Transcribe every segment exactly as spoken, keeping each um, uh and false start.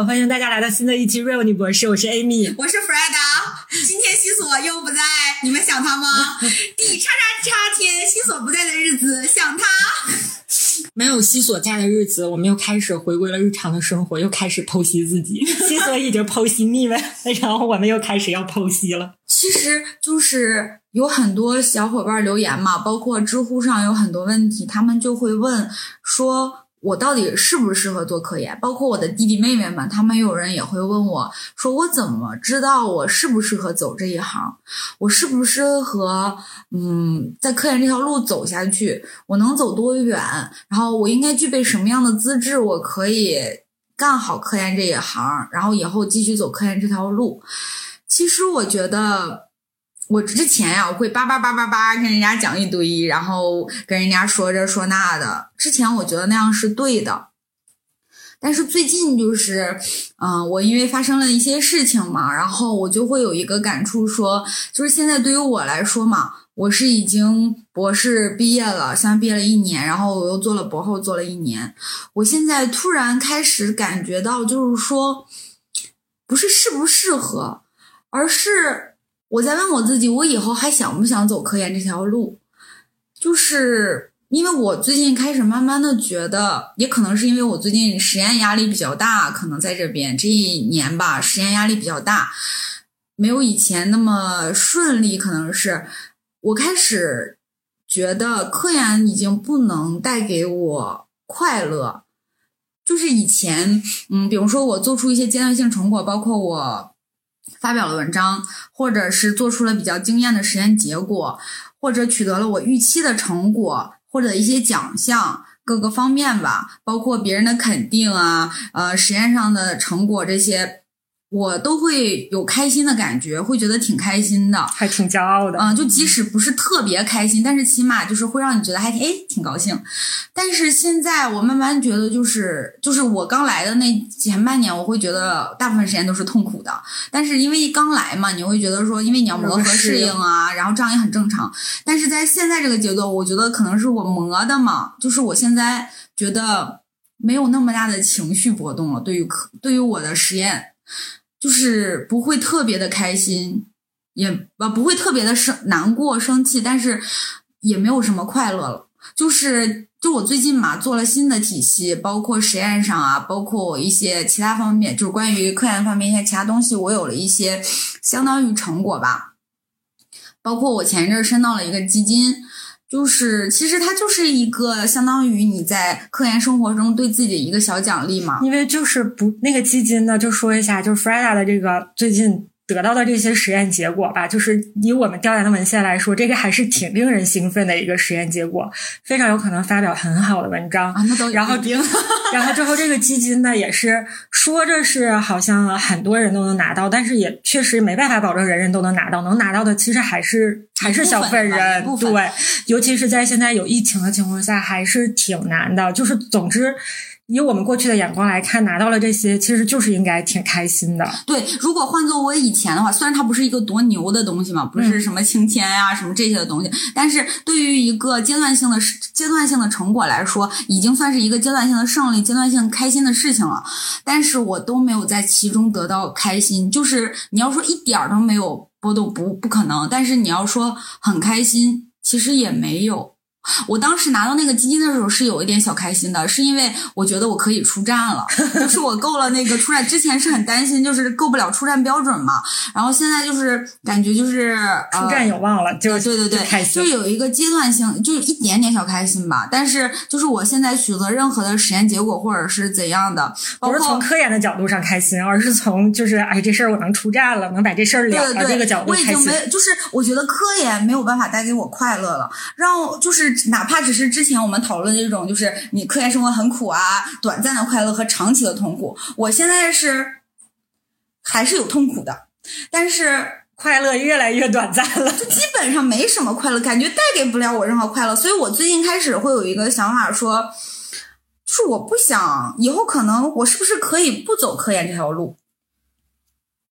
好，欢迎大家来到新的一期 Real 女博士，我是 Amy， 我是 Freda。今天西索又不在，你们想他吗？第叉叉叉天，西索不在的日子，想他。 没有西索在的日子，我们又开始回归了日常的生活，又开始剖析自己。西索已经剖析腻了，然后我们又开始要剖析了。 其实就是有很多小伙伴留言嘛，包括知乎上有很多问题，他们就会问说我到底适不适合做科研，包括我的弟弟妹妹们，他们有人也会问我说我怎么知道我适不适合走这一行，我适不适合嗯在科研这条路走下去，我能走多远，然后我应该具备什么样的资质，我可以干好科研这一行，然后以后继续走科研这条路。其实我觉得我之前呀、啊，我会叭叭叭叭叭跟人家讲一堆，然后跟人家说这说那的。之前我觉得那样是对的，但是最近就是，嗯、呃，我因为发生了一些事情嘛，然后我就会有一个感触说，就是现在对于我来说嘛，我是已经博士毕业了，现在毕业了一年，然后我又做了博后做了一年，我现在突然开始感觉到，就是说，不是适不适合，而是我在问我自己，我以后还想不想走科研这条路？就是因为我最近开始慢慢的觉得，也可能是因为我最近实验压力比较大，可能在这边这一年吧，实验压力比较大，没有以前那么顺利，可能是我开始觉得科研已经不能带给我快乐。就是以前，嗯，比如说我做出一些阶段性成果，包括我发表了文章，或者是做出了比较惊艳的实验结果，或者取得了我预期的成果，或者一些奖项，各个方面吧，包括别人的肯定啊，呃，实验上的成果这些，我都会有开心的感觉，会觉得挺开心的， 还挺骄傲的。 嗯、呃，就即使不是特别开心，但是起码就是会让你觉得还挺诶挺高兴。但是现在我慢慢觉得，就是就是我刚来的那前半年，我会觉得大部分时间都是痛苦的。但是因为刚来嘛，你会觉得说，因为你要磨合适应啊，然后这样也很正常。但是在现在这个阶段，我觉得可能是我磨的嘛，就是我现在觉得没有那么大的情绪波动了。对于对于我的实验。就是不会特别的开心，也呃不会特别的生难过生气，但是也没有什么快乐了。就是就我最近嘛做了新的体系，包括实验上啊，包括我一些其他方面，就是关于科研方面一些其他东西，我有了一些相当于成果吧。包括我前一阵申到了一个基金。就是其实它就是一个相当于你在科研生活中对自己的一个小奖励嘛。 因为就是不那个基金呢，就说一下，就是 Freda 的这个最近得到的这些实验结果吧，就是以我们调研的文献来说，这个还是挺令人兴奋的一个实验结果，非常有可能发表很好的文章啊，那都然后然后之后这个基金呢也是说着是好像很多人都能拿到，但是也确实没办法保证人人都能拿到，能拿到的其实还是还是小份人，对，尤其是在现在有疫情的情况下还是挺难的。就是总之以我们过去的眼光来看，拿到了这些其实就是应该挺开心的。 对，如果换做我以前的话，虽然它不是一个多牛的东西嘛，不是什么氢铅啊、嗯、什么这些的东西，但是对于一个阶段性的阶段性的成果来说，已经算是一个阶段性的胜利，阶段性开心的事情了。但是我都没有在其中得到开心，就是你要说一点都没有波动，不不可能，但是你要说很开心，其实也没有。我当时拿到那个基金的时候是有一点小开心的，是因为我觉得我可以出站了，就是我够了那个出站，之前是很担心就是够不了出站标准嘛，然后现在就是感觉就是出站有望了，呃、就对对对， 开心， 就有一个阶段性，就是一点点小开心吧。但是就是我现在取得任何的实验结果或者是怎样的， 不是从科研的角度上开心，而是从就是哎这事儿我能出站了，能把这事儿了了这个角度开心。 我已经没，就是我觉得科研没有办法带给我快乐了，让就是哪怕只是之前我们讨论的这种，就是你科研生活很苦啊，短暂的快乐和长期的痛苦，我现在是还是有痛苦的，但是快乐越来越短暂了， 就基本上没什么快乐，感觉带给不了我任何快乐。所以我最近开始会有一个想法说，就是我不想以后可能我是不是可以不走科研这条路，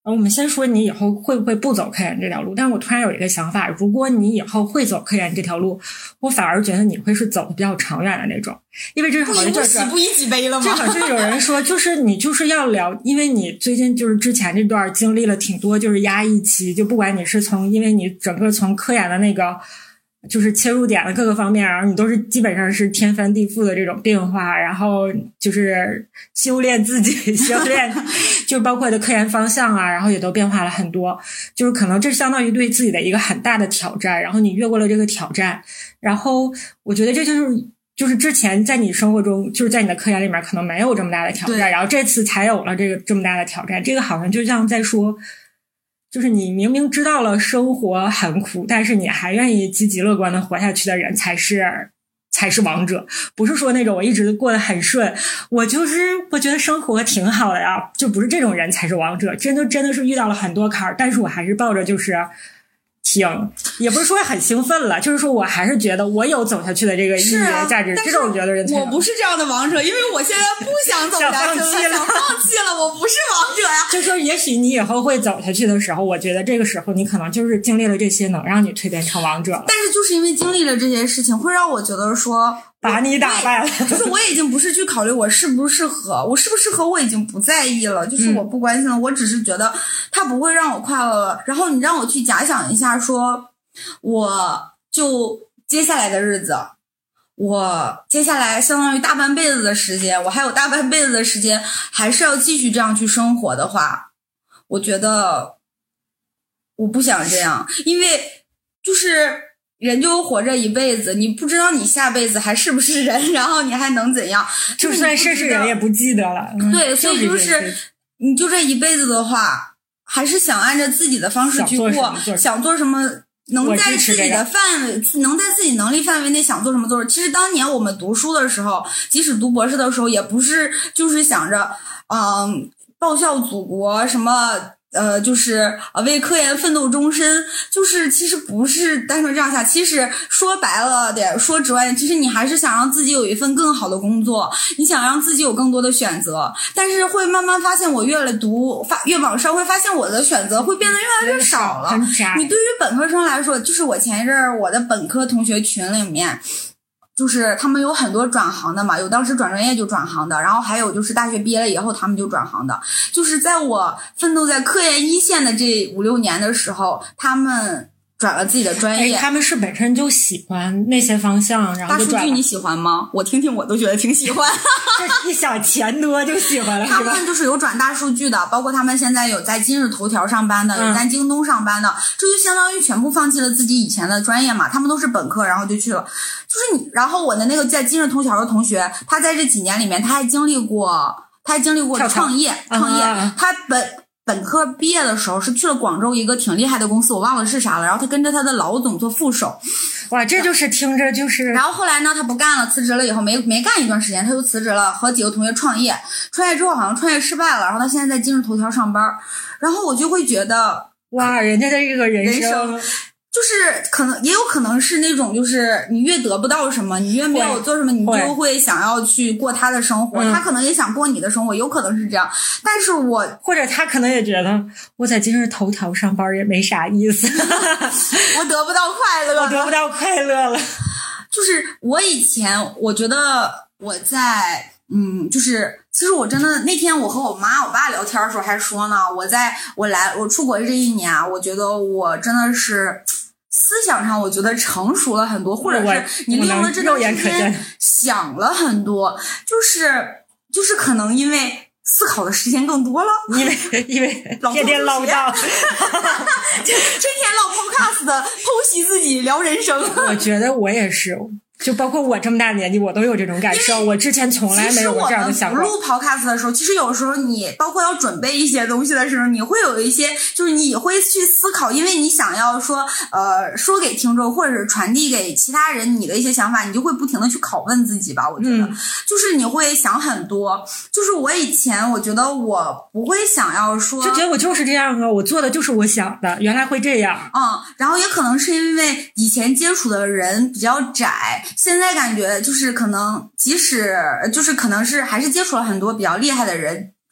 我们先说你以后会不会不走科研这条路，但是我突然有一个想法，如果你以后会走科研这条路，我反而觉得你会是走的比较长远的那种，因为这好像就是不一几杯了吗？ 这好像有人说，就是你就是要聊，因为你最近就是之前这段经历了挺多就是压抑期，就不管你是从因为你整个从科研的那个就是切入点的各个方面，然后你都是基本上是天翻地覆的这种变化，然后就是修炼自己，修炼就包括的科研方向啊，然后也都变化了很多，就是可能这相当于对自己的一个很大的挑战，然后你越过了这个挑战，然后我觉得这就是就是之前在你生活中就是在你的科研里面可能没有这么大的挑战，然后这次才有了这个这么大的挑战，这个好像就像在说就是你明明知道了生活很苦，但是你还愿意积极乐观的活下去的人才是才是王者，不是说那种我一直过得很顺，我就是我觉得生活挺好的呀，就不是这种人才是王者，真的真的是遇到了很多坎儿，但是我还是抱着就是挺也不是说很兴奋了，就是说我还是觉得我有走下去的这个意义和价值、啊、这种我觉得人才我不是这样的王者，因为我现在不想走下去了，想放弃了，我不是王者呀。 就说也许你以后会走下去的时候，我觉得这个时候你可能就是经历了这些能让你蜕变成王者了， 但是就是因为经历了这些事情会让我觉得说把你打败了， 就是我已经不是去考虑我适不适合，我适不适合我已经不在意了，就是我不关心了、嗯、我只是觉得它不会让我快乐了。然后你让我去假想一下说我就接下来的日子，我接下来相当于大半辈子的时间，我还有大半辈子的时间还是要继续这样去生活的话，我觉得我不想这样，因为就是人就活着一辈子，你不知道你下辈子还是不是人，然后你还能怎样， 就算是是人也不记得了、嗯、 对，所以就是你就这一辈子的话还是想按照自己的方式去过，想做什么能在自己的范围，能在自己能力范围内想做什么做什么。其实当年我们读书的时候，即使读博士的时候，也不是就是想着，嗯，报效祖国什么，呃，就是呃为科研奋斗终身，就是其实不是单纯这样下。其实说白了点，说直白点，其实你还是想让自己有一份更好的工作，你想让自己有更多的选择。但是会慢慢发现，我越来读发越往上，会发现我的选择会变得越来越少了。你对于本科生来说，就是我前一阵儿我的本科同学群里面。就是他们有很多转行的嘛，有当时转专业就转行的，然后还有就是大学毕业了以后他们就转行的。就是在我奋斗在科研一线的这五六年的时候，他们转了自己的专业。 哎，他们是本身就喜欢那些方向，然后就转了。 大数据你喜欢吗？我听听我都觉得挺喜欢。 这一想钱多就喜欢了， 他们就是有转大数据的，包括他们现在有在今日头条上班的，有在京东上班的，嗯、这就相当于全部放弃了自己以前的专业嘛。他们都是本科，然后就去了。就是你，然后我的那个在今日头条的同学，他在这几年里面，他还经历过，他还经历过创业，创业， 嗯、 他本。本科毕业的时候是去了广州一个挺厉害的公司，我忘了是啥了，然后他跟着他的老总做副手。 哇，这就是听着就是。 然后后来呢，他不干了，辞职了以后没没干一段时间，他就辞职了，和几个同学创业。创业之后好像创业失败了，然后他现在在今日头条上班。然后我就会觉得， 哇，人家的这个人生。 人生就是可能也有可能是那种，就是你越得不到什么，你越没有做什么，你就会想要去过他的生活。他可能也想过你的生活，有可能是这样。但是我或者他可能也觉得我在今日头条上班也没啥意思， 我得不到快乐， 我得不到快乐了。 就是我以前我觉得我在。嗯，就是其实我真的那天我和我妈我爸聊天的时候还说呢，我在我来我出国这一年啊，我觉得我真的是思想上我觉得成熟了很多，或者是你利用了这段时间想了很多，就是就是可能因为思考的时间更多了， 因为因为天天唠叨， 天天唠 podcast 的剖析自己聊人生。 我觉得我也是。就包括我这么大年纪，我都有这种感受。我之前从来没有过这样的想法。 其实我们不录 podcast 的时候，其实有时候你包括要准备一些东西的时候，你会有一些，就是你会去思考，因为你想要说，呃，说给听众或者是传递给其他人你的一些想法，你就会不停的去拷问自己吧。我觉得，嗯、就是你会想很多。就是我以前我觉得我不会想要说， 就觉得我就是这样啊，我做的就是我想的，原来会这样。 嗯，然后也可能是因为以前接触的人比较窄。现在感觉就是可能即使就是可能是还是接触了很多比较厉害的人，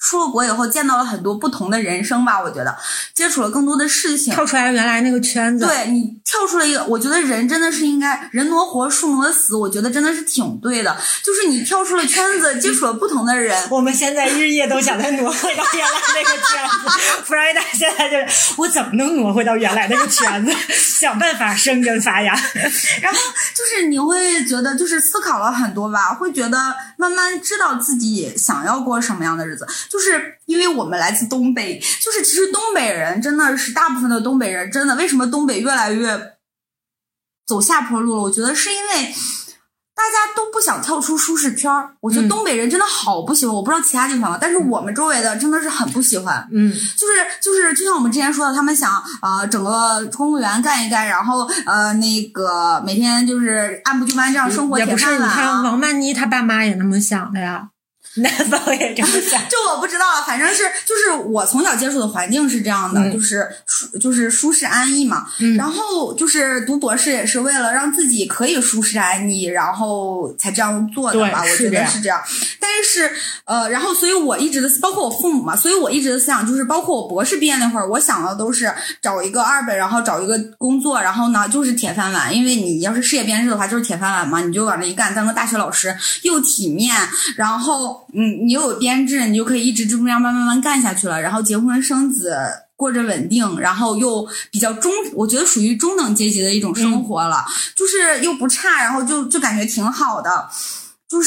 出了国以后见到了很多不同的人生吧，我觉得接触了更多的事情， 跳出来原来那个圈子。 对，你跳出了一个，我觉得人真的是应该人挪活树挪死，我觉得真的是挺对的，就是你跳出了圈子，接触了不同的人。 我们现在日夜都想再挪回到原来那个圈子，弗莱达现在就是我怎么能挪回到原来那个圈子，想办法生根发芽。 然后就是你会觉得就是思考了很多吧，会觉得慢慢知道自己想要过什么样的日子。就是因为我们来自东北，就是其实东北人真的是大部分的东北人真的为什么东北越来越走下坡路了，我觉得是因为大家都不想跳出舒适圈。我觉得东北人真的好不喜欢、嗯、我不知道其他地方，但是我们周围的真的是很不喜欢。 嗯， 就是就是就像我们之前说的，他们想呃整个公务员干一干，然后呃那个每天就是按部就班这样生活， 也不是， 铁饭碗啊。 你看王曼妮她爸妈也那么想的呀。南方也这么想， 就我不知道了，反正是就是我从小接触的环境是这样的， 嗯、 就是就是舒适安逸嘛。 嗯， 然后就是读博士也是为了让自己可以舒适安逸，然后才这样做的吧，我觉得是这样。但是呃，然后所以我一直的，包括我父母嘛，所以我一直的思想就是，包括我博士毕业那会儿，我想的都是找一个二本，然后找一个工作，然后呢就是铁饭碗，因为你要是事业编制的话就是铁饭碗嘛，你就往那一干，当个大学老师又体面，然后。嗯，你又有编制，你就可以一直就这样慢慢慢干下去了，然后结婚生子，过着稳定，然后又比较中，我觉得属于中等阶级的一种生活了，嗯、就是又不差，然后就就感觉挺好的。就是，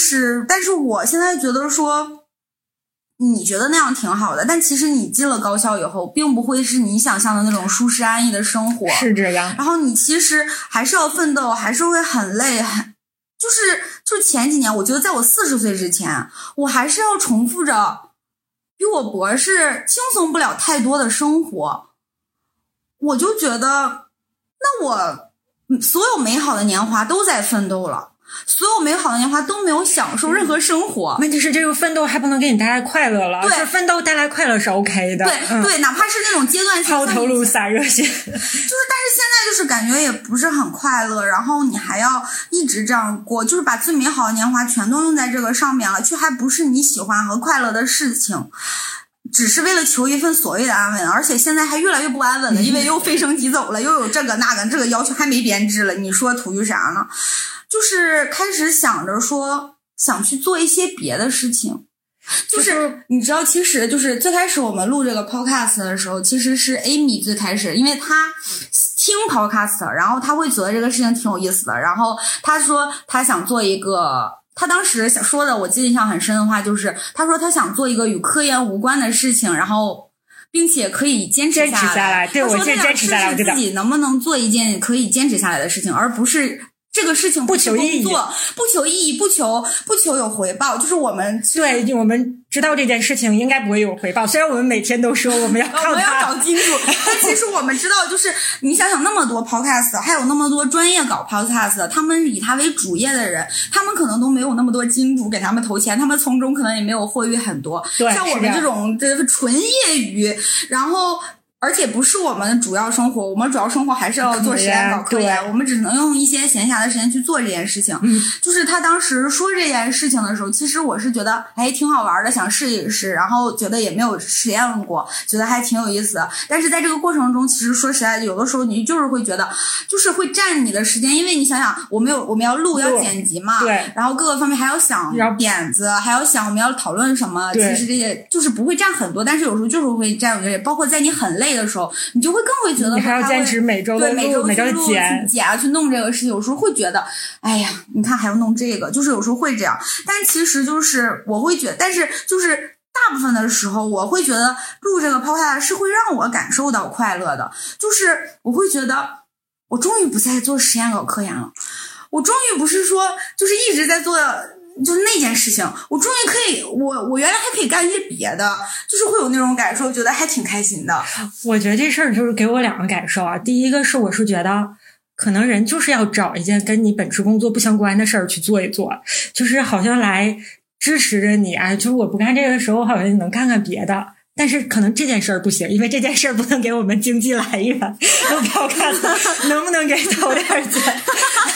但是我现在觉得说，你觉得那样挺好的，但其实你进了高校以后，并不会是你想象的那种舒适安逸的生活， 是这样。 然后你其实还是要奋斗，还是会很累，很。就是就是前几年，我觉得在我四十岁之前，我还是要重复着比我博士轻松不了太多的生活。我就觉得，那我所有美好的年华都在奋斗了，所有美好的年华都没有享受任何生活。 问题是这个奋斗还不能给你带来快乐了， 对， 奋斗带来快乐是 OK 的。 对、 嗯、 对，哪怕是那种阶段性抛头颅洒热血， 就是但是现在就是感觉也不是很快乐，然后你还要一直这样过，就是把最美好的年华全都用在这个上面了，却还不是你喜欢和快乐的事情，只是为了求一份所谓的安稳，而且现在还越来越不安稳了，因为又飞升即走了，又有这个那个，这个要求还没编制了，你说图于啥呢？就是开始想着说想去做一些别的事情。就是你知道，其实就是最开始我们录这个 podcast 的时候，其实是 Amy 最开始，因为她听 podcast， 然后她会觉得这个事情挺有意思的，然后她说她想做一个，她当时想说的我记得印象很深的话就是她说她想做一个与科研无关的事情，然后并且可以坚持下来。 坚持下来，对，我现在坚持下来，我自己能不能做一件可以坚持下来的事情，而不是这个事情不求意义， 不求意义，不求不求有回报，就是我们对，我们知道这件事情应该不会有回报。虽然我们每天都说我们要靠它， 我们要找金主，但其实我们知道，就是你想想那么多 podcast， 还有那么多专业搞 podcast， 他们以它为主业的人，他们可能都没有那么多金主给他们投钱，他们从中可能也没有获益很多。 对， 像我们这种这个纯业余，然后。而且不是我们的主要生活，我们主要生活还是要做实验搞科研，我们只能用一些闲暇的时间去做这件事情。 嗯， 就是他当时说这件事情的时候，其实我是觉得哎挺好玩的，想试一试，然后觉得也没有实验过，觉得还挺有意思的。但是在这个过程中，其实说实在的，有的时候你就是会觉得，就是会占你的时间，因为你想想，我们有我们要录要剪辑嘛， 对， 然后各个方面还要想点子，还要想我们要讨论什么，其实这些就是不会占很多，但是有时候就是会占有，包括在你很累的时候，你就会更会觉得你还要坚持每周的录， 每周每周录剪剪啊，去弄这个事情，有时候会觉得，哎呀，你看还要弄这个，就是有时候会这样。但其实就是我会觉得，但是就是大部分的时候，我会觉得录这个 podcast 是会让我感受到快乐的，就是我会觉得我终于不再做实验搞科研了，我终于不是说就是一直在做。就是那件事情，我终于可以，我我原来还可以干一些别的，就是会有那种感受，觉得还挺开心的。 我觉得这事儿就是给我两个感受啊，第一个是我是觉得，可能人就是要找一件跟你本职工作不相关的事儿去做一做，就是好像来支持着你啊，就是我不干这个的时候，好像能干干别的。但是可能这件事儿不行，因为这件事儿不能给我们经济来源，都不要看能不能给投点钱。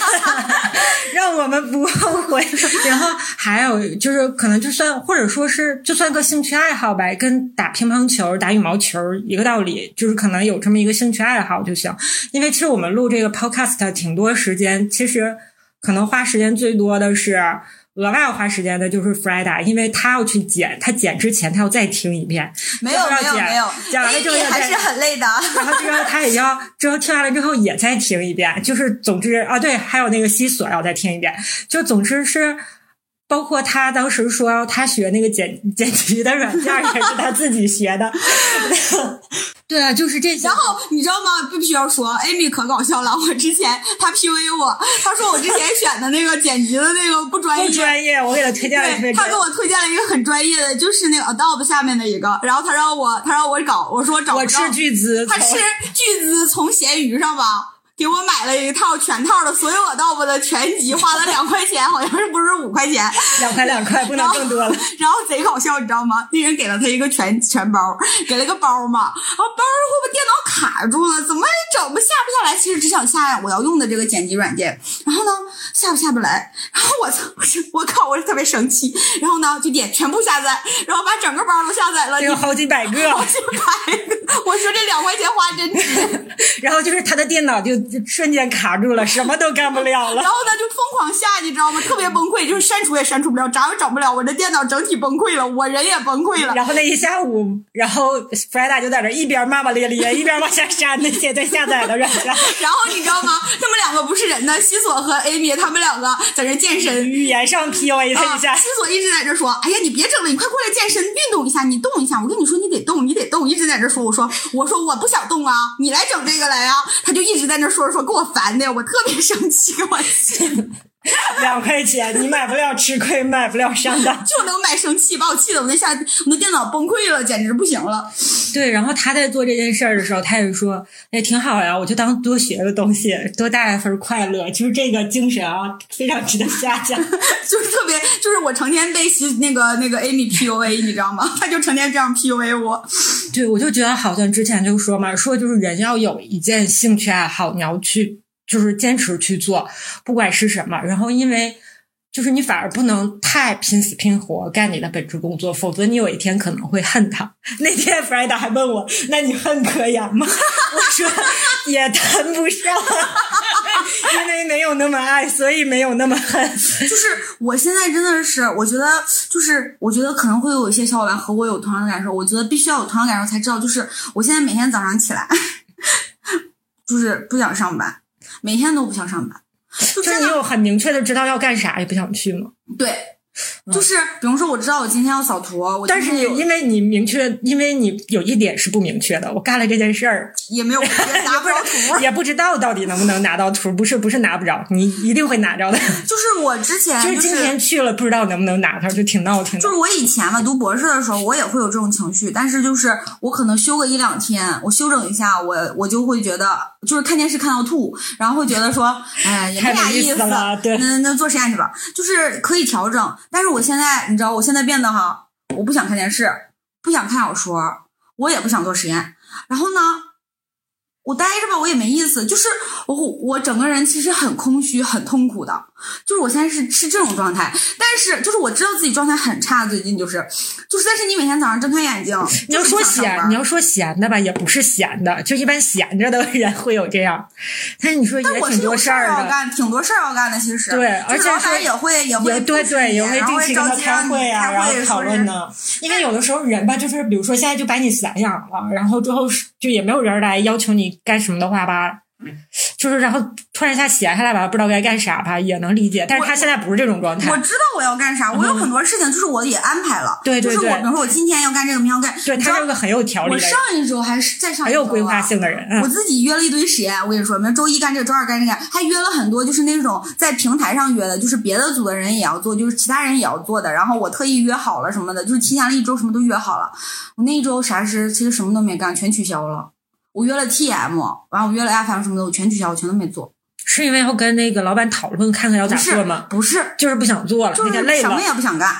让我们不后悔。然后还有就是可能就算或者说是就算个兴趣爱好呗，跟打乒乓球打羽毛球一个道理，就是可能有这么一个兴趣爱好就行。因为其实我们录这个 podcast 挺多时间，其实可能花时间最多的是额外要花时间的就是 Freda， 因为他要去剪，他剪之前他要再听一遍。 没有没有没有， 剪完了之后还是很累的。 然后之后他也要，之后听完了之后也再听一遍，就是总之啊，对，还有那个西索要再听一遍，就总之是。包括他当时说他学那个剪剪辑的软件也是他自己学的。对啊，就是这些。 然后你知道吗？必须要说 Amy 可搞笑了，我之前他 P U A 我，他说我之前选的那个剪辑的那个不专业， 不专业，我给他推荐了一个， 他给我推荐了一个很专业的，就是那个 Adobe 下面的一个，然后他让我他让我搞，我说我找不到， 我斥巨资， 他斥巨资从闲鱼上吧给我买了一套全套的所有 Adobe 的全集，花了两块钱，好像是不是五块钱？ 两块两块，不能更多了。 然后贼搞笑，你知道吗？那人给了他一个全全包，给了个包嘛，然后包会把电脑卡住了，怎么也整不下不下来？其实只想下我要用的这个剪辑软件，然后呢下不下不来，然后我我靠，我特别生气，然后呢就点全部下载，然后把整个包都下载了， 有好几百个， 好几百个。我说这两块钱花真值。 然后就是他的电脑就瞬间卡住了，什么都干不了了。 然后呢就疯狂下，你知道吗？特别崩溃，就是删除也删除不了，找也找不了，我的电脑整体崩溃了，我人也崩溃了。 然后那一下午，然后 Freda 就在这一边骂骂咧咧，一边往下删那些在下载的软件。 然后你知道吗？他们两个不是人呢，西索和 Amy 他们两个在这健身， 语言上 P U A 他一下。 啊、西索一直在这说：“哎呀，你别整了，你快过来健身，运动一下，你动一下。我跟你说，你得动，你得动。”一直在这说，我说我说我不想动啊，你来整这个来啊。他就一直在那说说，给我烦的，我特别生气，给我气。 两块钱你买不了吃亏，买不了上当， 就能买生气，把我气的我那下我那电脑崩溃了，简直不行了。 对，然后他在做这件事儿的时候，他也说哎挺好呀，我就当多学个东西，多带一份快乐，就是这个精神啊非常值得嘉奖。 就是特别就是我成天被那个那个 Amy P U A 你知道吗？他就成天这样 P U A 我。 对，我就觉得好像之前就说嘛，说就是人要有一件兴趣爱好，你要去就是坚持去做，不管是什么。然后因为就是你反而不能太拼死拼活干你的本职工作，否则你有一天可能会恨他。那天 Freda 还问我，那你恨科研吗？我说也谈不上，因为没有那么爱，所以没有那么恨。 就是我现在真的是，我觉得就是我觉得可能会有一些小伙伴和我有同样的感受，我觉得必须要有同样的感受才知道，就是我现在每天早上起来就是不想上班，每天都不想上班。 就是你有很明确的知道要干啥也不想去吗？ 对，就是比如说我知道我今天要扫图，我但是因为你明确，因为你有一点是不明确的，我干了这件事儿也没有拿不着图， 也不知道到底能不能拿到图，不是不是拿不着，你一定会拿着的。 就是我之前、就是、 就是今天去了不知道能不能拿到，就挺闹挺闹。 就是我以前嘛读博士的时候我也会有这种情绪，但是就是我可能休个一两天，我休整一下，我我就会觉得就是看电视看到吐，然后会觉得说哎也没啥意思了，对， 那那做实验去吧，就是可以调整。但是我现在你知道我现在变得哈，我不想看电视，不想看小说，我也不想做实验，然后呢我待着吧我也没意思，就是我我整个人其实很空虚很痛苦的，就是我现在是是这种状态。但是就是我知道自己状态很差，最近就是就是但是你每天早上睁开眼睛， 你要说闲你要说闲的吧也不是闲的，就一般闲着的人会有这样，但是你说也挺多事儿的， 要干挺多事儿要干的其实。 对，而且老板也会也会对对也会定期跟他开会啊，然后讨论呢。因为有的时候人吧就是比如说现在就把你散养了，然后之后就也没有人来要求你干什么的话吧，就是然后突然一下闲下来吧，不知道该干啥吧，也能理解。但是他现在不是这种状态。 我知道我要干啥，我有很多事情就是我也安排了。 对对对， 就是我比如说我今天要干这个，明天要干。 对，他是个很有条理的人。 我上一周还是再上一周、啊、 很有规划性的人、嗯。 我自己约了一堆实验，我跟你说，周一干这个，周二干这个，还约了很多就是那种在平台上约的，就是别的组的人也要做，就是其他人也要做的。然后我特意约好了什么的，就是提前了一周，什么都约好了。我那一周啥事其实什么都没干，全取消了。我约了 T M， 完我约了 F M 什么的，我全取消，我全都没做。 是因为要跟那个老板讨论看看要咋做吗？ 不是，不是就是不想做了， 就是累了， 什么也不想干。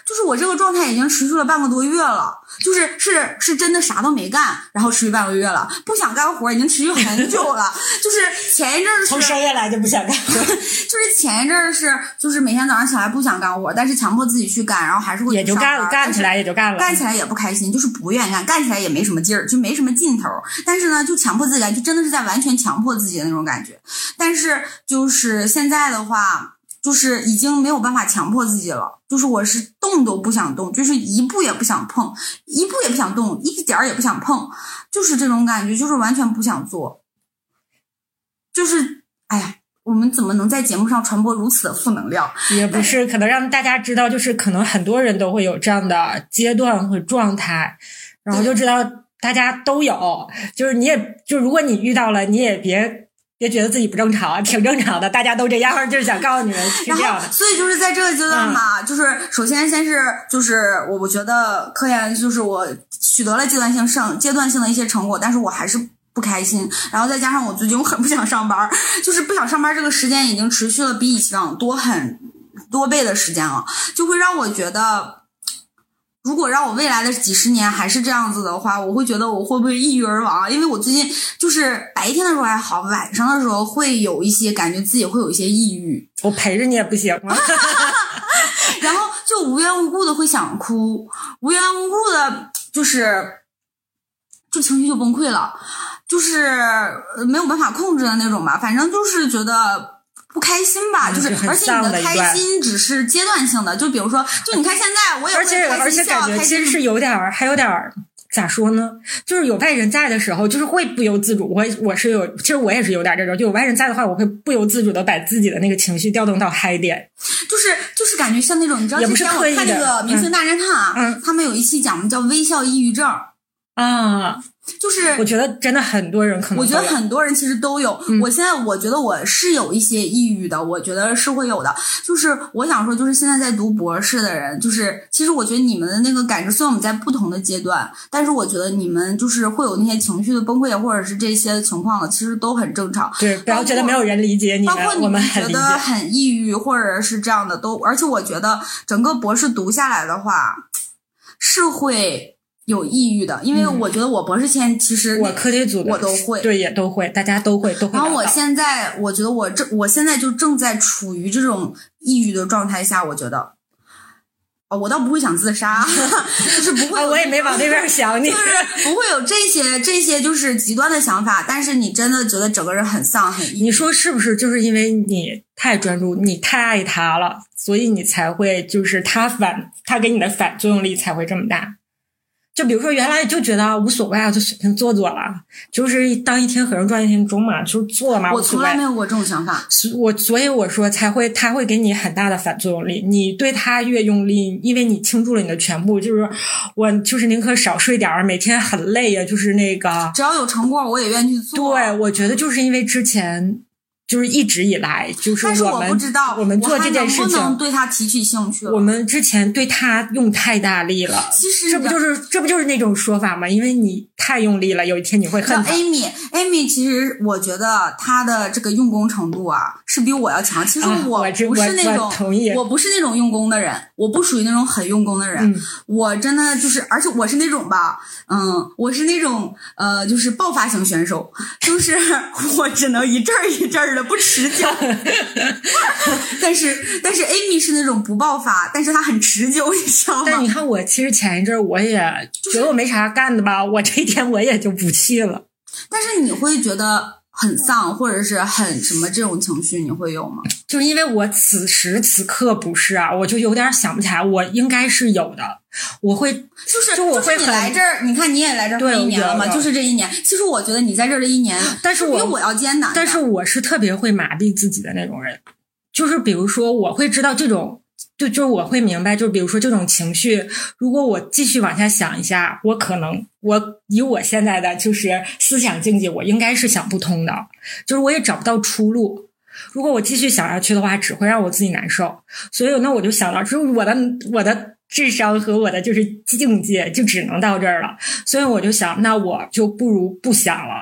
就是我这个状态已经持续了半个多月了，就是是是真的啥都没干，然后持续半个月了，不想干活已经持续很久了。就是前一阵儿从十月来就不想干活， 就是前一阵儿是就是每天早上起来不想干活，但是强迫自己去干，然后还是会也就干了，干起来也就干了， 干起来也不开心，就是不愿意干，干起来也没什么劲儿，就没什么劲头。但是呢，就强迫自己干，就真的是在完全强迫自己的那种感觉。但是就是现在的话。就是已经没有办法强迫自己了，就是我是动都不想动，就是一步也不想碰，一步也不想动，一点儿也不想碰，就是这种感觉，就是完全不想做。就是哎呀，我们怎么能在节目上传播如此的负能量？ 也不是，可能让大家知道，就是可能很多人都会有这样的阶段和状态，然后就知道大家都有，就是你也就如果你遇到了，你也别别觉得自己不正常，挺正常的，大家都这样，就是想告诉你们是这样的。 所以就是在这个阶段嘛，嗯、就是首先先是就是我我觉得科研就是我取得了阶段性上阶段性的一些成果，但是我还是不开心。然后再加上我最近我很不想上班，就是不想上班这个时间已经持续了比以往多很多倍的时间了，就会让我觉得。如果让我未来的几十年还是这样子的话，我会觉得我会不会抑郁而亡？因为我最近就是白天的时候还好，晚上的时候会有一些感觉自己会有一些抑郁。 我陪着你也不行吗？ 然后就无缘无故的会想哭，无缘无故的就是就情绪就崩溃了，就是没有办法控制的那种吧。反正就是觉得。不开心吧，就是而且你的开心只是阶段性的，就比如说，就你看现在我也会开心笑， 而且而且感觉其实是有点儿，还有点儿咋说呢？就是有外人在的时候，就是会不由自主。我我是有，其实我也是有点这种，就有外人在的话，我会不由自主的把自己的那个情绪调动到嗨点， 就是就是感觉像那种，你知道之前我看那个《明星大侦探》啊， 嗯， 他们有一期讲的叫微笑抑郁症啊。 就是我觉得真的很多人可能， 我觉得很多人其实都有、 嗯、 我现在我觉得我是有一些抑郁的，我觉得是会有的。就是我想说，就是现在在读博士的人，就是其实我觉得你们的那个感知，虽然我们在不同的阶段，但是我觉得你们就是会有那些情绪的崩溃或者是这些情况的，其实都很正常。 对，不要觉得没有人理解你们， 包括你们觉得很抑郁或者是这样的都，而且我觉得整个博士读下来的话是会有抑郁的，因为我觉得我博士前其实我课题组的我都会， 对，也都会，大家都会都会。 然后我现在我觉得我这我现在就正在处于这种抑郁的状态下，我觉得哦，我倒不会想自杀，就是不会、 啊，我也没往那边想你， 就是不会有这些这些就是极端的想法，但是你真的觉得整个人很丧很抑郁。 你说是不是？就是因为你太专注，你太爱他了，所以你才会就是他反他给你的反作用力才会这么大。就比如说原来就觉得无所谓啊，就随便做做了，就是当一天和尚撞一天钟嘛，就是做嘛。 我从来没有过这种想法。 我所以我说才会，他会给你很大的反作用力。你对他越用力，因为你倾注了你的全部，就是我就是宁可少睡点儿，每天很累呀，就是那个只要有成果我也愿意去做。 对，我觉得就是因为之前。就是一直以来，就是我们但是我不知道我们做这件事情， 我还能不能对他提起兴趣了？ 我们之前对他用太大力了， 其实这不就是这不就是那种说法吗？因为你太用力了，有一天你会恨他。 Amy，Amy， 其实我觉得她的这个用功程度啊，是比我要强。其实我不是那种， 啊、我, 我, 我不是那种用功的人，我不属于那种很用功的人。 嗯、 我真的就是，而且我是那种吧，嗯，我是那种呃，就是爆发型选手，就是我只能一阵儿一阵儿的不持久。但是但是 Amy 是那种不爆发，但是她很持久，你知道吗？ 但你看我其实前一阵我也觉得我没啥干的吧，我这一天我也就不气了。 但是你会觉得很丧或者是很什么这种情绪你会有吗？ 就是因为我此时此刻不是啊，我就有点想不起来，我应该是有的。我会就是就我会就是你来这儿，你看你也来这儿快一年了嘛，就是这一年。其实我觉得你在这儿的一年， 但是我比我要艰难。 但是我是特别会麻痹自己的那种人，就是比如说我会知道这种，就就我会明白，就比如说这种情绪，如果我继续往下想一下，我可能我以我现在的就是思想境界，我应该是想不通的，就是我也找不到出路。如果我继续想下去的话，只会让我自己难受。所以那我就想到，就是我的我的智商和我的就是境界就只能到这儿了。所以我就想，那我就不如不想了。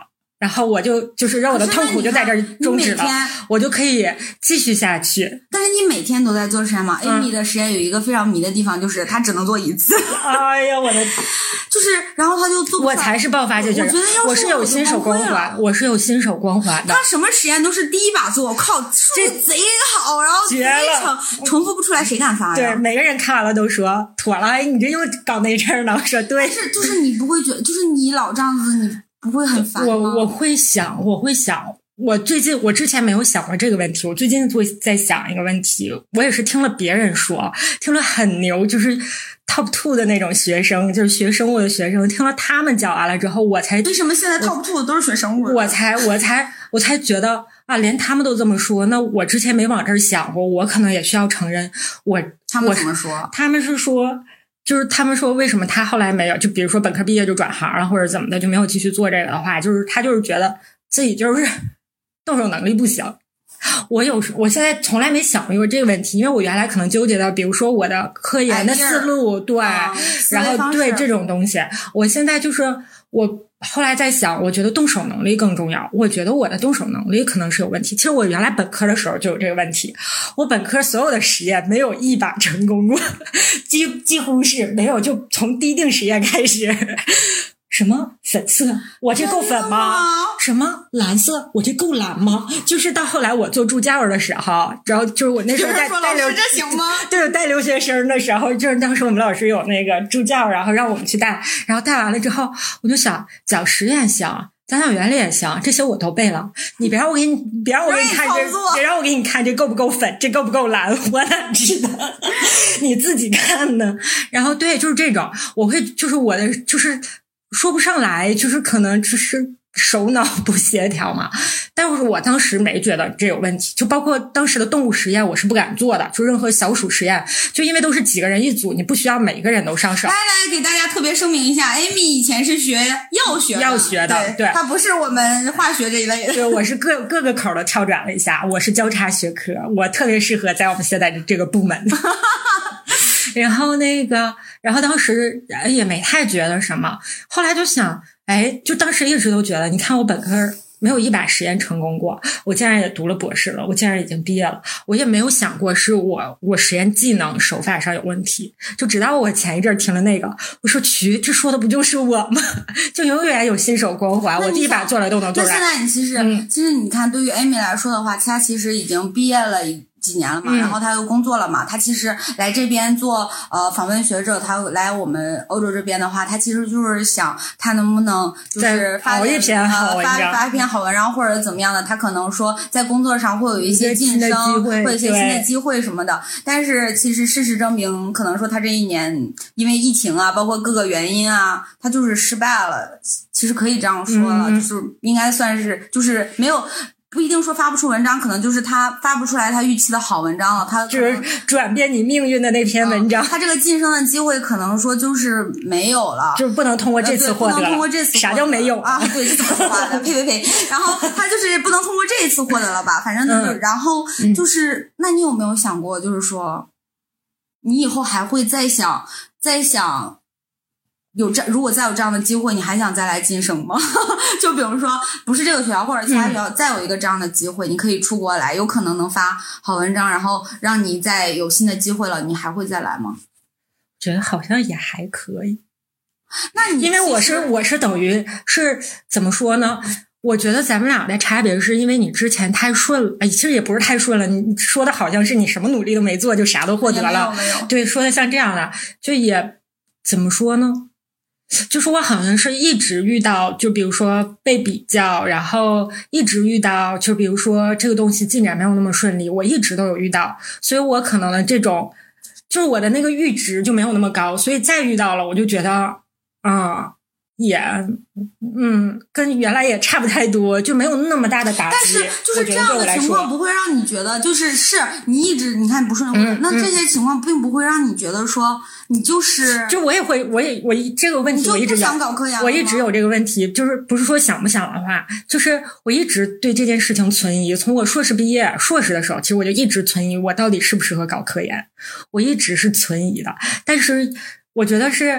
然后我就就是让我的痛苦就在这儿终止了，我就可以继续下去。 但是你每天都在做实验吗、嗯、？Amy 的实验有一个非常迷的地方，就是她只能做一次。 哎呀，我的， 就是然后她就做不出来。 我才是爆发就觉得， 我觉得要是我是有新手光环，我是有新手光环的。 她什么实验都是第一把做，我靠，这贼好，然后贼成重复不出来，谁敢发呀？ 对，每个人看完了都说妥了，哎，你这又搞那阵儿呢。我说对， 但是就是你不会觉得，就是你老这样子，你不会很烦吗？ 我我会想，我会想。我最近我之前没有想过这个问题，我最近会在想一个问题，我也是听了别人说，听了很牛，就是 top two 的那种学生，就是学生物的学生，听了他们讲完了之后，我才为什么现在 top two 的都是学生物的？ 我才我才我才觉得啊，连他们都这么说，那我之前没往这儿想过，我可能也需要承认，我他们怎么说？ 他们是说。就是他们说为什么他后来没有，就比如说本科毕业就转行了或者怎么的，就没有继续做这个的话，就是他就是觉得自己就是动手能力不行。我有我现在从来没想过这个问题，因为我原来可能纠结到比如说我的科研的思路，对、嗯、然后对这种东西，我现在就是我后来在想，我觉得动手能力更重要。我觉得我的动手能力可能是有问题。其实我原来本科的时候就有这个问题，我本科所有的实验没有一把成功过，几几乎是没有，就从滴定实验开始。什么粉色，我这够粉吗？什么蓝色，我这够蓝吗？就是到后来我做助教的时候，然后就是我那时候带带留这行吗？ 对，带留学生的时候，就是当时我们老师有那个助教，然后让我们去带，然后带完了之后，我就想讲实验行，讲讲原理也行，这些我都背了。你别让我给你，别让我给你看这，别让我给你看这够不够粉，这够不够蓝，我哪知道？你自己看呢。然后对，就是这种，我会就是我的就是说不上来，就是可能只是手脑不协调嘛。但是我当时没觉得这有问题，就包括当时的动物实验我是不敢做的，就任何小鼠实验，就因为都是几个人一组，你不需要每个人都上手。 来来给大家特别声明一下 Amy 以前是学药学的药学的，对， 对，她不是我们化学这一类的。 对，我是各各个口都跳转了一下，我是交叉学科，我特别适合在我们现在的这个部门。然后那个然后当时也没太觉得什么，后来就想哎，就当时一直都觉得，你看我本科没有一把实验成功过，我竟然也读了博士了，我竟然已经毕业了，我也没有想过是我我实验技能手法上有问题。就直到我前一阵听了那个，我说去，这说的不就是我吗？就永远有新手光环，我第一把做了都能做出来。 那现在你其实、嗯、其实你看对于 Amy 来说的话，她其实已经毕业了一几年了嘛、嗯、然后他又工作了嘛，他其实来这边做呃访问学者，他来我们欧洲这边的话，他其实就是想他能不能就是发一篇好文章、 呃、发发一篇好文章或者怎么样的，他可能说在工作上会有一些晋升，会有一些新的机会什么的。但是其实事实证明，可能说他这一年因为疫情啊，包括各个原因啊，他就是失败了。其实可以这样说了、嗯、就是应该算是就是没有不一定说发不出文章，可能就是他发不出来他预期的好文章了，他就是转变你命运的那篇文章、 嗯、他这个晋升的机会可能说就是没有了， 就是不能通过这次获得、呃、 不能通过这次啥叫没有啊？对，这么说话的，呸呸呸！然后他就是不能通过这一次获得了吧？反正就是，嗯、然后就是、嗯，那你有没有想过，就是说，你以后还会再想再想？有这如果再有这样的机会，你还想再来晋升吗？就比如说不是这个学校或者其他学校、嗯、再有一个这样的机会，你可以出国来，有可能能发好文章，然后让你再有新的机会了，你还会再来吗？ 觉得好像也还可以。 那你因为我是我是等于是怎么说呢？我觉得咱们俩的差别是因为你之前太顺了，哎，其实也不是太顺了，你说的好像是你什么努力都没做就啥都获得了， 没有没有对，说的像这样的，就也怎么说呢？就是我好像是一直遇到，就比如说被比较，然后一直遇到，就比如说这个东西进展没有那么顺利，我一直都有遇到，所以我可能的这种，就是我的那个阈值就没有那么高，所以再遇到了，我就觉得，啊、嗯，也，嗯，跟原来也差不太多，就没有那么大的打击。 但是就是这样的情况不会让你觉得，就是是你一直你看不顺利、嗯，那这些情况并不会让你觉得说。你就是就我也会我也我这个问题我一直有想搞科研， 我一直有这个问题，就是不是说想不想的话，就是我一直对这件事情存疑。从我硕士毕业硕士的时候，其实我就一直存疑，我到底适不适合搞科研，我一直是存疑的。但是我觉得是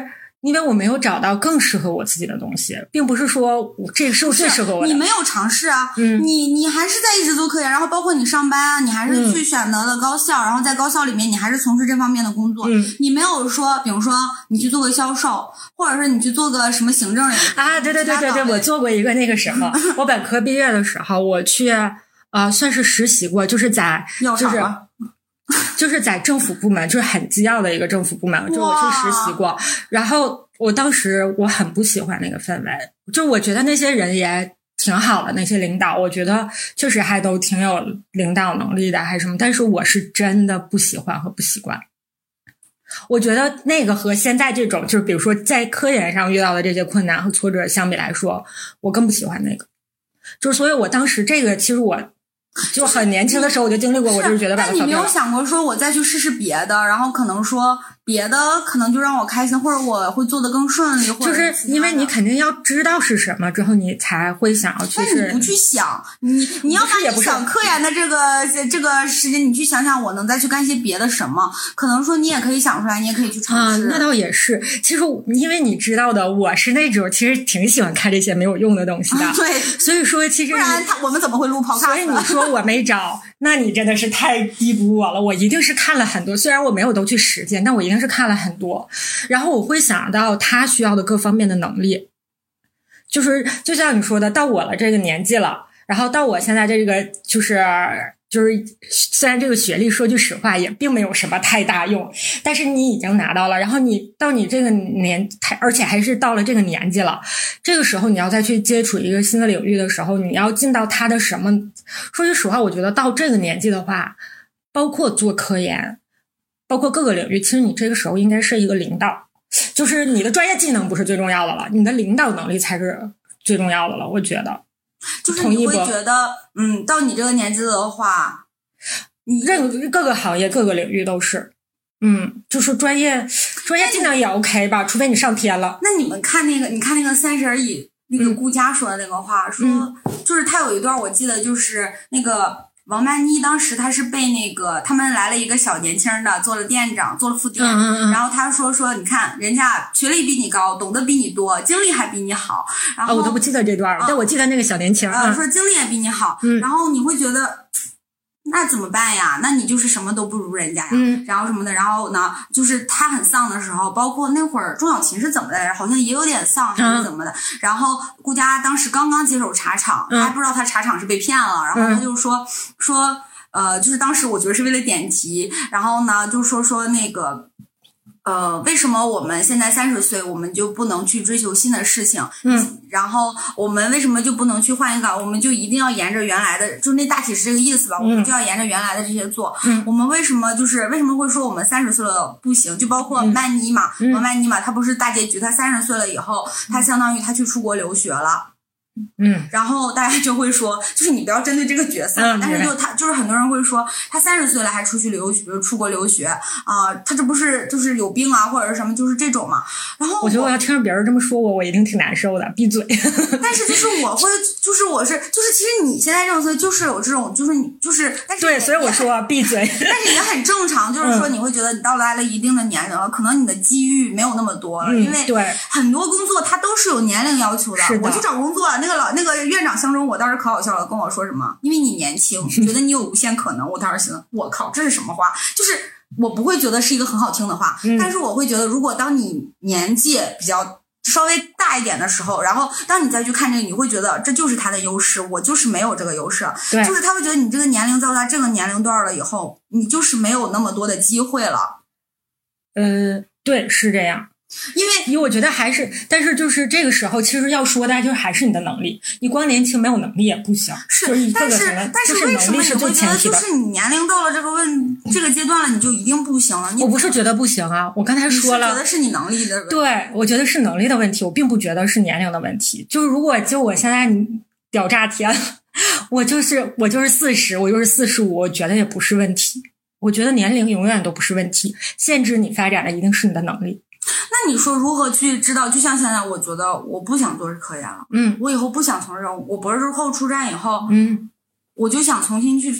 因为我没有找到更适合我自己的东西，并不是说我这个是最适合我的。 你没有尝试啊，嗯，你你还是在一直做科研，然后包括你上班啊，你还是去选择了高校，嗯、然后在高校里面你还是从事这方面的工作。嗯，你没有说，比如说你去做个销售，或者说你去做个什么行政啊，对对对对对，我做过一个那个什么，我本科毕业的时候，我去呃算是实习过，就是在就是。就是在政府部门，就是很机要的一个政府部门，就我去实习过。然后我当时我很不喜欢那个氛围，就我觉得那些人也挺好的，那些领导，我觉得确实还都挺有领导能力的，还是什么。但是我是真的不喜欢和不习惯。我觉得那个和现在这种，就是比如说在科研上遇到的这些困难和挫折相比来说，我更不喜欢那个。就是所以我当时这个其实我。就很年轻的时候我就经历过，我就是觉得把它但你没有想过说我再去试试别的，然后可能说别的可能就让我开心，或者我会做得更顺利，或者就是因为你肯定要知道是什么之后你才会想要去试。 但你不去想，你你要把你想科研的这个这个时间，你去想想我能再去干些别的什么，可能说你也可以想出来，你也可以去尝试。 啊，那倒也是。其实因为你知道的，我是那种其实挺喜欢看这些没有用的东西的。 啊、对， 所以说其实不然他我们怎么会录 podcast？ 所以你说我没找，那你真的是太低估我了。我一定是看了很多，虽然我没有都去实践，但我一定是看了很多。然后我会想到他需要的各方面的能力，就是就像你说的，到我了这个年纪了，然后到我现在这个就是就是虽然这个学历说句实话也并没有什么太大用，但是你已经拿到了，然后你到你这个年，而且还是到了这个年纪了，这个时候你要再去接触一个新的领域的时候，你要进到他的什么？说句实话，我觉得到这个年纪的话，包括做科研，包括各个领域，其实你这个时候应该是一个领导，就是你的专业技能不是最重要的了，你的领导能力才是最重要的了，我觉得。 就是你会觉得，嗯，到你这个年纪的话，你任各个行业、各个领域都是，嗯，就是专业专业技能也 OK 吧，除非你上天了。 那你们看那个，你看那个三十而已，那个顾佳说的那个话，嗯、说就是他有一段我记得就是那个。王曼妮当时他是被那个他们来了一个小年轻的做了店长，做了副店， 嗯嗯嗯， 然后他说说你看人家学历比你高，懂得比你多，经历还比你好，然后、 哦、我都不记得这段了、嗯、但我记得那个小年轻呃、嗯、说经历也比你好、嗯、然后你会觉得那怎么办呀？那你就是什么都不如人家呀， 嗯， 然后什么的，然后呢，就是他很丧的时候，包括那会儿钟小琴是怎么来着？好像也有点丧还是怎么的。嗯、然后顾佳当时刚刚接手茶厂， 嗯、 他还不知道他茶厂是被骗了，然后他就说、嗯、说呃，就是当时我觉得是为了点题，然后呢就说说那个。呃，为什么我们现在三十岁，我们就不能去追求新的事情？ 嗯， 然后我们为什么就不能去换一个？我们就一定要沿着原来的，就那大体是这个意思吧？ 嗯、 我们就要沿着原来的这些做。 嗯， 我们为什么就是为什么会说我们三十岁了不行？就包括曼妮嘛， 嗯、 曼妮嘛，她不是大结局，她三十岁了以后，她相当于她去出国留学了。 嗯， 然后大家就会说，就是你不要针对这个角色， 嗯、 但是就他就是很多人会说，他三十岁了还出去留学，比如出国留学啊、呃，他这不是就是有病啊，或者是什么，就是这种嘛。然后我我觉得我要听着别人这么说我，我一定挺难受的，闭嘴。 但是就是我会，就是我是，就是其实你现在这种岁就是有这种，就是你就是，但是对，所以我说闭嘴。 但是也很正常，就是说你会觉得你到来了一定的年龄了，嗯、可能你的机遇没有那么多了， 嗯、 因为对很多工作它都是有年龄要求的。 是的， 我去找工作。那个老那个院长相中我当时可好笑了，跟我说什么？因为你年轻，觉得你有无限可能。我当时心想，我靠，这是什么话？就是我不会觉得是一个很好听的话， 嗯、 但是我会觉得，如果当你年纪比较稍微大一点的时候，然后当你再去看这个，你会觉得这就是他的优势，我就是没有这个优势。 对， 就是他会觉得你这个年龄到达这个年龄段了以后，你就是没有那么多的机会了。 呃，对，是这样。 因为因为我觉得还是，但是就是这个时候，其实要说的就是还是你的能力，你光年轻没有能力也不行。 是， 就是但是但是为什么你会觉得就是你年龄到了这个问这个阶段了，你就一定不行了？ 我不是觉得不行啊，我刚才说了， 你是觉得是你能力的问题。 对，我觉得是能力的问题，我并不觉得是年龄的问题。就是如果就我现在屌炸天，我就是我就是四十，我就是四十五，我觉得也不是问题。我觉得年龄永远都不是问题，限制你发展的一定是你的能力。 那你说如何去知道？就像现在，我觉得我不想做科研了， 嗯， 我以后不想从事，我博士后出站以后， 嗯， 我就想重新去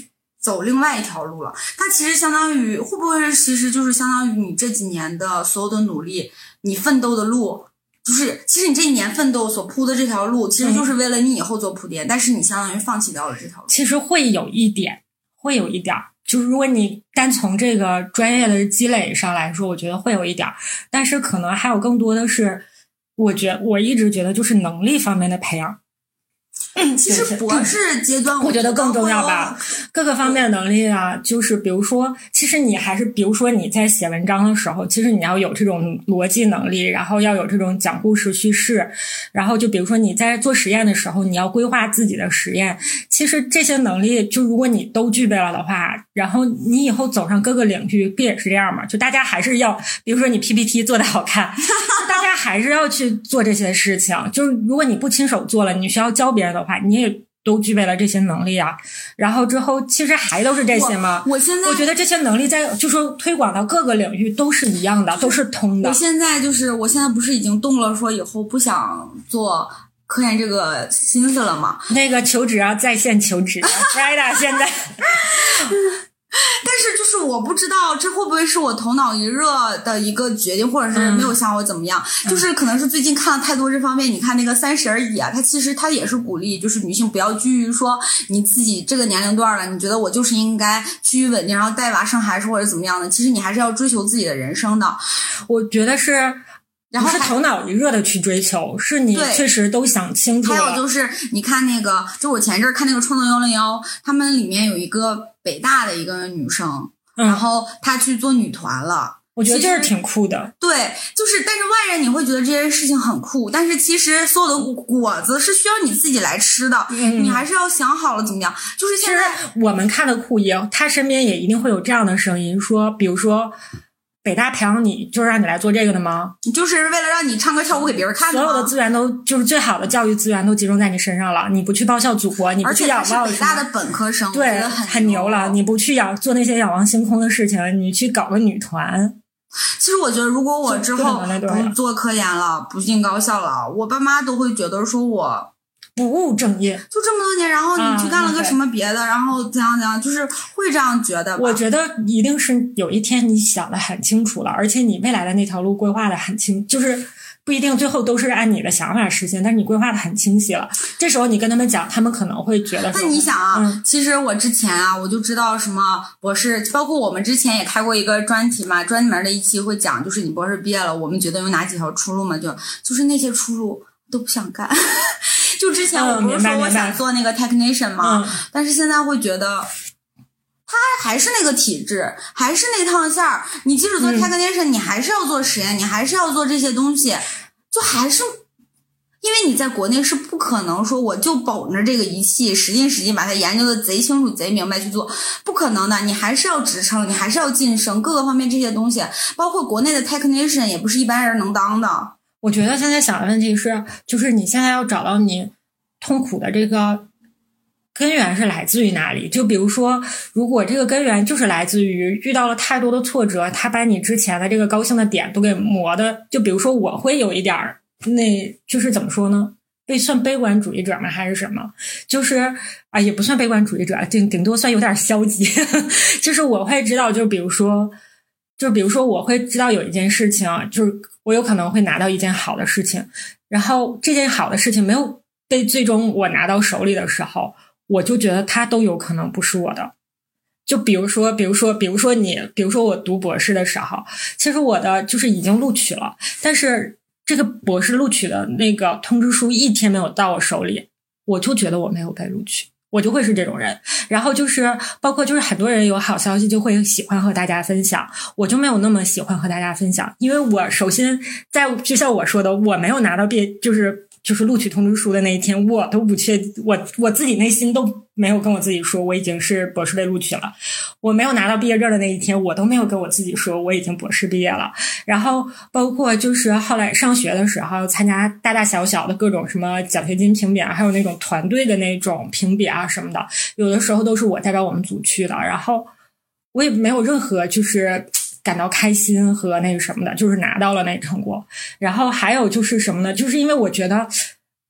走另外一条路了。它其实相当于会不会其实就是相当于你这几年的所有的努力，你奋斗的路，就是其实你这一年奋斗所铺的这条路，其实就是为了你以后做铺垫，嗯、但是你相当于放弃掉了这条路。 其实会有一点，会有一点。就是如果你单从这个专业的积累上来说，我觉得会有一点，但是可能还有更多的是，我觉我一直觉得就是能力方面的培养。 其实博士阶段我觉得更重要吧，各个方面的能力啊，就是比如说其实你还是比如说你在写文章的时候，其实你要有这种逻辑能力，然后要有这种讲故事叙事，然后就比如说你在做实验的时候，你要规划自己的实验，其实这些能力就如果你都具备了的话，然后你以后走上各个领域不也是这样吗？就大家还是要比如说你 P P T 做得好看大家还是要去做这些事情，就是如果你不亲手做了，你需要教别人的话，你也都具备了这些能力啊。然后之后其实还都是这些吗？ 我, 我现在我觉得这些能力在就说推广到各个领域都是一样的，都是通的。 我现在就是我现在不是已经动了说以后不想做科研这个心思了吗？ 那个求职啊，在线求职 Frida 现在但是就是我不知道这会不会是我头脑一热的一个决定，或者是没有想我怎么样、嗯、就是可能是最近看了太多这方面。你看那个三十而已啊，它其实它也是鼓励就是女性不要拘于说你自己这个年龄段了，你觉得我就是应该趋于稳定然后带娃生孩子或者怎么样的，其实你还是要追求自己的人生的。 我觉得是然后是头脑一热的去追求，是你确实都想清楚了。 还有就是你看那个就我前阵儿看那个创造一零一，他们里面有一个北大的一个女生、嗯、然后她去做女团了， 我觉得这是挺酷的。 对，就是但是外人你会觉得这件事情很酷，但是其实所有的果子是需要你自己来吃的、嗯、你还是要想好了怎么样。就是现在我们看的酷也他身边也一定会有这样的声音说，比如说北大培养你就是让你来做这个的吗？ 你就是为了让你唱歌跳舞给别人看的吗？ 所有的资源都就是最好的教育资源都集中在你身上了，你不去报效祖国，你不去仰望， 而且他是北大的本科生， 对， 很很牛了。你不去仰做那些仰望星空的事情，你去搞个女团。 其实我觉得如果我之后不做科研了，不进高校了，我爸妈都会觉得说我不务正业， 就这么多年，然后你去干了个什么别的、啊、然后怎样怎样，就是会这样觉得吧。 我觉得一定是有一天你想得很清楚了，而且你未来的那条路规划得很清，就是不一定最后都是按你的想法实现，但是你规划得很清晰了。这时候你跟他们讲，他们可能会觉得说， 那你想啊、 嗯、 其实我之前啊我就知道什么博士，包括我们之前也开过一个专题嘛，专门的一期会讲就是你博士毕业了我们觉得有哪几条出路嘛，就就是那些出路都不想干就之前我不是说我想做那个 technician 吗、 嗯、 但是现在会觉得他还是那个体制，还是那趟线儿，你即使做 technician、嗯、你还是要做实验，你还是要做这些东西，就还是因为你在国内是不可能说我就保着这个仪器使劲使劲把它研究的贼清楚贼明白去做，不可能的，你还是要职称，你还是要晋升，各个方面这些东西包括国内的 technician 也不是一般人能当的。 我觉得现在想的问题是，就是你现在要找到你痛苦的这个根源是来自于哪里。就比如说如果这个根源就是来自于遇到了太多的挫折，他把你之前的这个高兴的点都给磨的，就比如说我会有一点那就是怎么说呢，被算悲观主义者吗还是什么，就是啊也不算悲观主义者，顶顶多算有点消极就是我会知道，就比如说就比如说我会知道有一件事情，就是我有可能会拿到一件好的事情，然后这件好的事情没有被最终我拿到手里的时候，我就觉得它都有可能不是我的。就比如说比如说比如说你比如说我读博士的时候，其实我的就是已经录取了，但是这个博士录取的那个通知书一天没有到我手里，我就觉得我没有被录取，我就会是这种人。然后就是包括就是很多人有好消息就会喜欢和大家分享，我就没有那么喜欢和大家分享，因为我首先在就像我说的，我没有拿到毕业就是就是录取通知书的那一天，我都不确我我自己内心都没有跟我自己说我已经是博士被录取了。我没有拿到毕业证的那一天，我都没有跟我自己说我已经博士毕业了。然后包括就是后来上学的时候参加大大小小的各种什么奖学金评比啊，还有那种团队的那种评比啊什么的，有的时候都是我代表我们组去的，然后我也没有任何就是感到开心和那个什么的，就是拿到了那个成果。然后还有就是什么呢，就是因为我觉得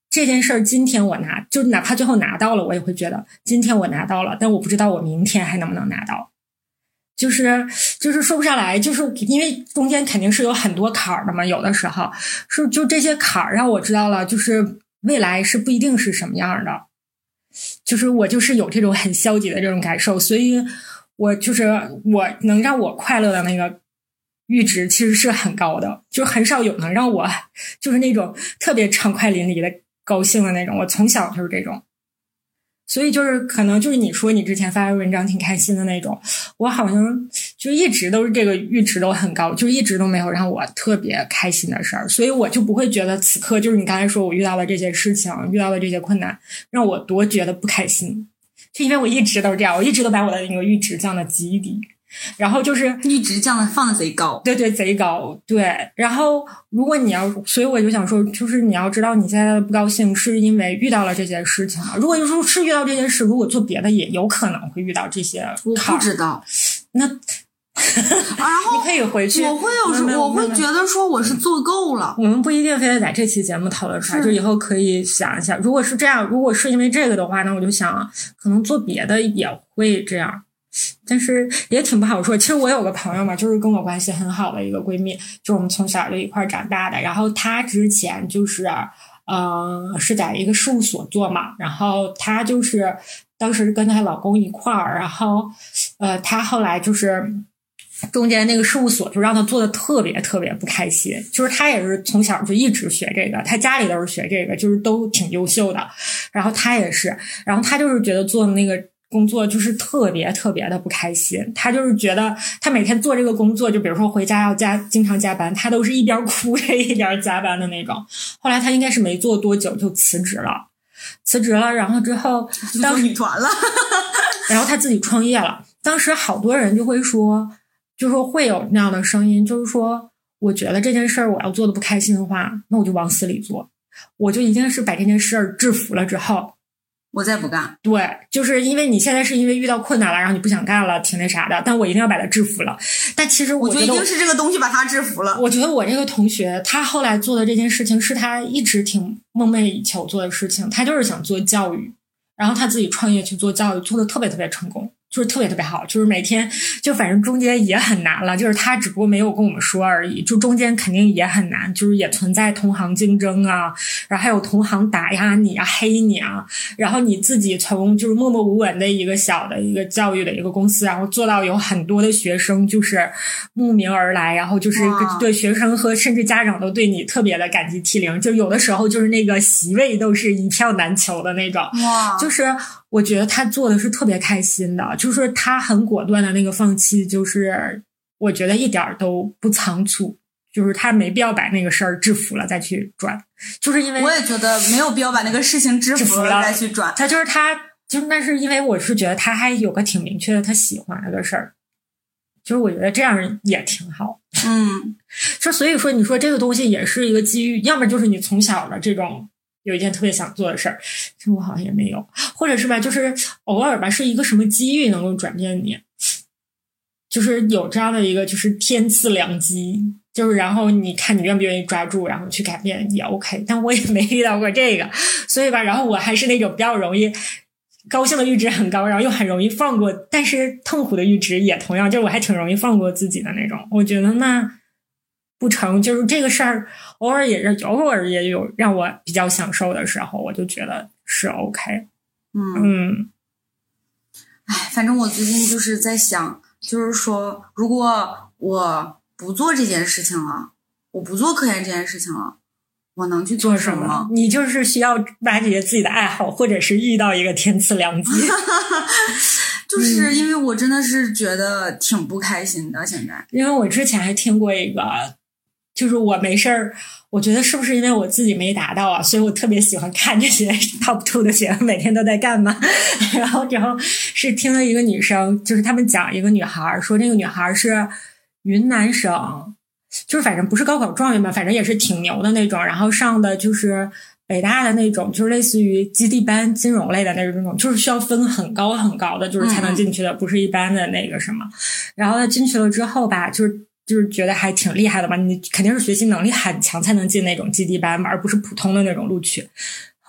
这件事儿今天我拿，就哪怕最后拿到了，我也会觉得今天我拿到了，但我不知道我明天还能不能拿到。就是就是说不上来，就是因为中间肯定是有很多坎儿的嘛，有的时候是就这些坎儿让我知道了，就是未来是不一定是什么样的。就是我就是有这种很消极的这种感受，所以我就是我能让我快乐的那个阈值其实是很高的，就很少有能让我就是那种特别畅快淋漓的高兴的那种，我从小就是这种。所以就是可能就是你说你之前发的文章挺开心的那种，我好像就一直都是这个阈值都很高，就一直都没有让我特别开心的事儿，所以我就不会觉得此刻就是你刚才说我遇到了这些事情，遇到了这些困难让我多觉得不开心，就因为我一直都是这样，我一直都把我的那个阈值降到极低，然后就是阈值降的放的贼高， 对对，贼高，对。然后如果你要，所以我就想说，就是你要知道你现在的不高兴是因为遇到了这些事情嘛。如果说是遇到这些事，如果做别的也有可能会遇到这些坎儿。 我不知道， 那然后你可以回去。 我会有时候我会觉得说我是做够了。 我们不一定非得在这期节目讨论出来，就以后可以想一下，如果是这样，如果是因为这个的话，那我就想可能做别的也会这样。但是也挺不好说。其实我有个朋友嘛，就是跟我关系很好的一个闺蜜，就是我们从小就一块长大的。然后她之前就是呃是在一个事务所做嘛，然后她就是当时跟她老公一块儿，然后呃她后来就是中间那个事务所就让她做的特别特别不开心。就是她也是从小就一直学这个，她家里都是学这个，就是都挺优秀的。然后她也是，然后她就是觉得做的那个工作就是特别特别的不开心，他就是觉得他每天做这个工作，就比如说回家要加经常加班，他都是一边哭着一边加班的那种。后来他应该是没做多久就辞职了，辞职了，然后之后当女团了， 然后他自己创业了。当时好多人就会说，就说会有那样的声音，就是说我觉得这件事儿我要做的不开心的话，那我就往死里做，我就一定是把这件事儿制服了之后我再不干。 对，就是因为你现在是因为遇到困难了，然后你不想干了，挺那啥的，但我一定要把它制服了。但其实我觉得我觉得一定是这个东西把它制服了。 我觉得我这个同学他后来做的这件事情是他一直挺梦寐以求做的事情，他就是想做教育，然后他自己创业去做教育，做的特别特别成功，就是特别特别好，就是每天就反正中间也很难了，就是他只不过没有跟我们说而已，就中间肯定也很难，就是也存在同行竞争啊，然后还有同行打压你啊黑你啊，然后你自己从就是默默无闻的一个小的一个教育的一个公司，然后做到有很多的学生就是慕名而来，然后就是对学生和甚至家长都对你特别的感激涕零，就有的时候就是那个席位都是一票难求的那种。 哇， 就是我觉得他做的是特别开心的，就是他很果断的那个放弃，就是我觉得一点都不仓促，就是他没必要把那个事儿制服了再去转，就是因为我也觉得没有必要把那个事情制服了再去转。 他就是他，就那是因为我是觉得他还有个挺明确的他喜欢那个事儿，就是我觉得这样也挺好。 嗯， 就所以说你说这个东西也是一个机遇，要么就是你从小的这种有一件特别想做的事儿，这我好像也没有，或者是吧，就是偶尔吧，是一个什么机遇能够转变你，就是有这样的一个就是天赐良机，就是然后你看你愿不愿意抓住，然后去改变也 OK， 但我也没遇到过这个，所以吧，然后我还是那种比较容易高兴的阈值很高，然后又很容易放过，但是痛苦的阈值也同样，就是我还挺容易放过自己的那种。我觉得那不成，就是这个事儿偶尔也偶尔也有让我比较享受的时候，我就觉得是 OK。 嗯嗯， 哎，反正我最近就是在想，就是说如果我不做这件事情了，我不做科研这件事情了，我能去做什么？ 做什么？你就是需要挖掘自己的爱好，或者是遇到一个天赐良机。 就是因为我真的是觉得挺不开心的现在。 因为我之前还听过一个，就是我没事儿，我觉得是不是因为我自己没达到啊，所以我特别喜欢看这些 top two 的学生每天都在干嘛。然后之后是听了一个女生，就是他们讲一个女孩，说这个女孩是云南省，就是反正不是高考状元吧，反正也是挺牛的那种，然后上的就是北大的那种，就是类似于基地班金融类的那种，就是需要分很高很高的，就是才能进去的，不是一般的那个什么。然后他进去了之后吧，就是就是觉得还挺厉害的嘛，你肯定是学习能力很强才能进那种基地班嘛，而不是普通的那种录取。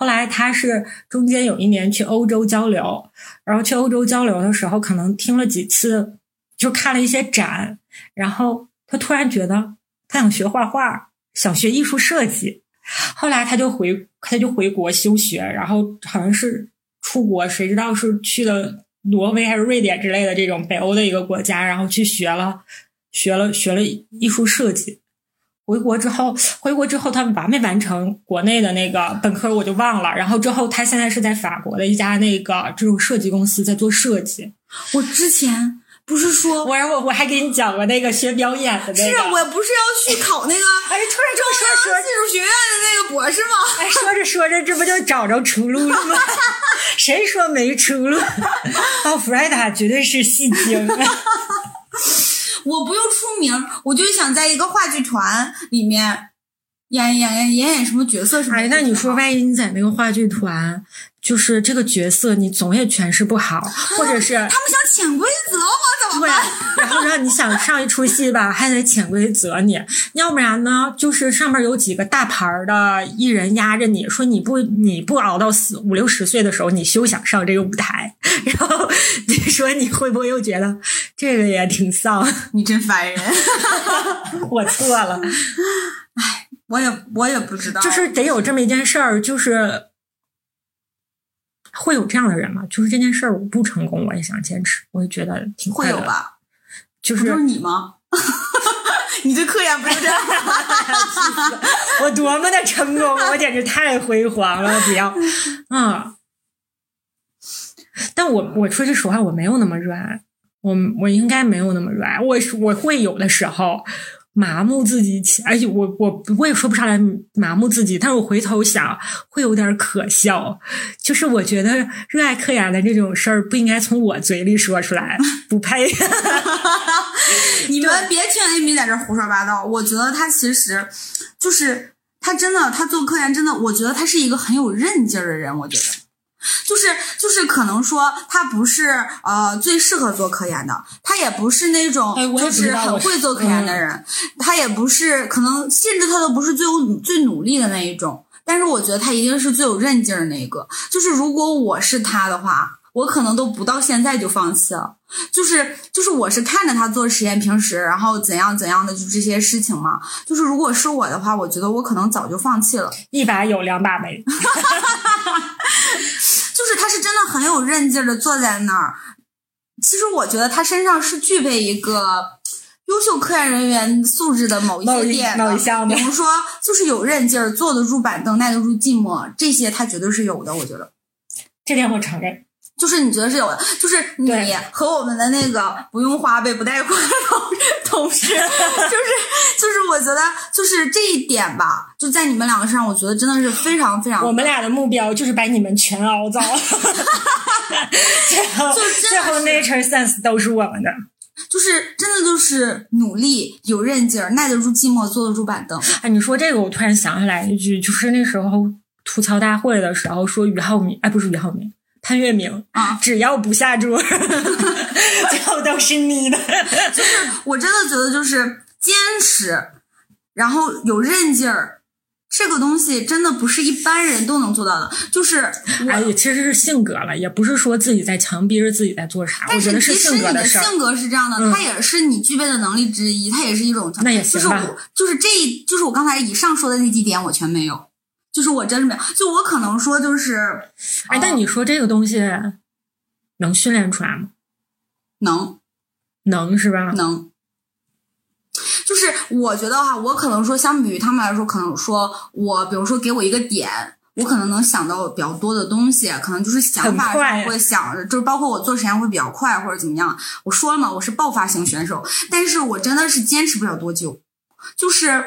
后来他是中间有一年去欧洲交流，然后去欧洲交流的时候，可能听了几次，就看了一些展，然后他突然觉得他想学画画，想学艺术设计。后来他就回他就回国休学，然后好像是出国，谁知道是去了挪威还是瑞典之类的这种北欧的一个国家，然后去学了学了学了艺术设计。回国之后，回国之后他完没完成国内的那个本科我就忘了。然后之后他现在是在法国的一家那个这种设计公司在做设计。 我之前不是说我我我还给你讲过那个学表演的那个， 是啊，我不是要去考那个哎，突然就说说技术学院的那个博士吗？ 哎，说着说着，这不就找着出路了吗？谁说没出路？哦，弗莱达绝对是戏精。 我不用出名，我就想在一个话剧团里面演演演演演什么角色什么。 哎，那你说万一你在那个话剧团，就是这个角色你总也诠释不好，或者是他们想潜规则我怎么办？ 对，然后让你想上一出戏吧，还得潜规则你，要不然呢，就是上面有几个大牌的艺人压着你，说你不你不熬到四五六十岁的时候，你休想上这个舞台。然后你说你会不会又觉得这个也挺丧？ 你真烦人。 我错了。 哎，我也我也不知道， 就是得有这么一件事儿，就是会有这样的人吗？就是这件事儿我不成功，我也想坚持，我也觉得挺快乐的。 会有吧？ 就是不就是你吗？你对科研不是这样？ 我多么的成功，我简直太辉煌了！不要，嗯。但我我说句实话，我没有那么热爱，我我应该没有那么热爱。我我会有的时候麻木自己起，而且我我我也说不上来麻木自己，但是我回头想会有点可笑。就是我觉得热爱科研的这种事儿不应该从我嘴里说出来，不配。 你们别听 Amy 在这胡说八道，我觉得他其实就是他真的，他做科研真的，我觉得他是一个很有韧劲儿的人，我觉得。就是就是可能说他不是呃最适合做科研的，他也不是那种就是很会做科研的人，哎嗯、他也不是可能甚至他都不是最有最努力的那一种，但是我觉得他一定是最有韧劲儿的那一个。就是如果我是他的话，我可能都不到现在就放弃了。就是就是我是看着他做实验，平时然后怎样怎样的就这些事情嘛。就是如果是我的话，我觉得我可能早就放弃了。 一把有两把没。 就是他是真的很有韧劲儿的坐在那儿。其实我觉得他身上是具备一个优秀科研人员素质的某一些点的，比如说就是有韧劲儿，坐得住板凳，耐得住寂寞，这些他绝对是有的。我觉得这点我承认。 就是你觉得是有的，就是你和我们的那个不用花呗不贷款的同事，就是就是我觉得就是这一点吧，就在你们两个身上，我觉得真的是非常非常。 我们俩的目标就是把你们全熬糟，最后最后 nature sense 都是我们的。 就是真的就是努力有韧劲儿，耐得住寂寞，坐得住板凳。 哎，你说这个我突然想起来一句，就是那时候吐槽大会的时候说俞灏明，哎不是俞灏明。潘粤明啊， 只要不下桌，最后都是你的。 就是我真的觉得，就是坚持，然后有韧劲儿，这个东西真的不是一般人都能做到的。就是哎，其实是性格了，也不是说自己在强逼着自己在做啥。 但是即使你的性格是这样的， 嗯、 它也是你具备的能力之一，它也是一种。 那也行吧。 就是我，就是这，就是我刚才以上说的那几点，我全没有。就是我真是没有，就我可能说就是， 哎，但你说这个东西能训练出来吗？ 能， 能是吧？ 能。就是我觉得哈，我可能说相比于他们来说，可能说我比如说给我一个点，我可能能想到比较多的东西，可能就是想法上会想着，就是包括我做实验会比较快或者怎么样。我说了嘛，我是爆发型选手，但是我真的是坚持不了多久，就是。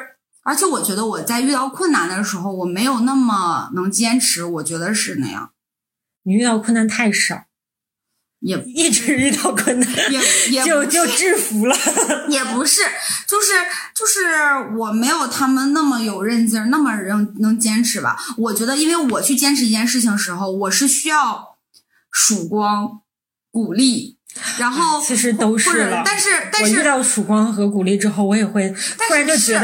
而且我觉得我在遇到困难的时候，我没有那么能坚持，我觉得是那样。 你遇到困难太少， 也一直遇到困难， 也也就就制服了。 也不是，就是就是我没有他们那么有韧劲儿，那么能能坚持吧。我觉得，因为我去坚持一件事情的时候，我是需要曙光、鼓励。然后其实都是了， 但是但是我遇到曙光和鼓励之后，我也会突然就觉得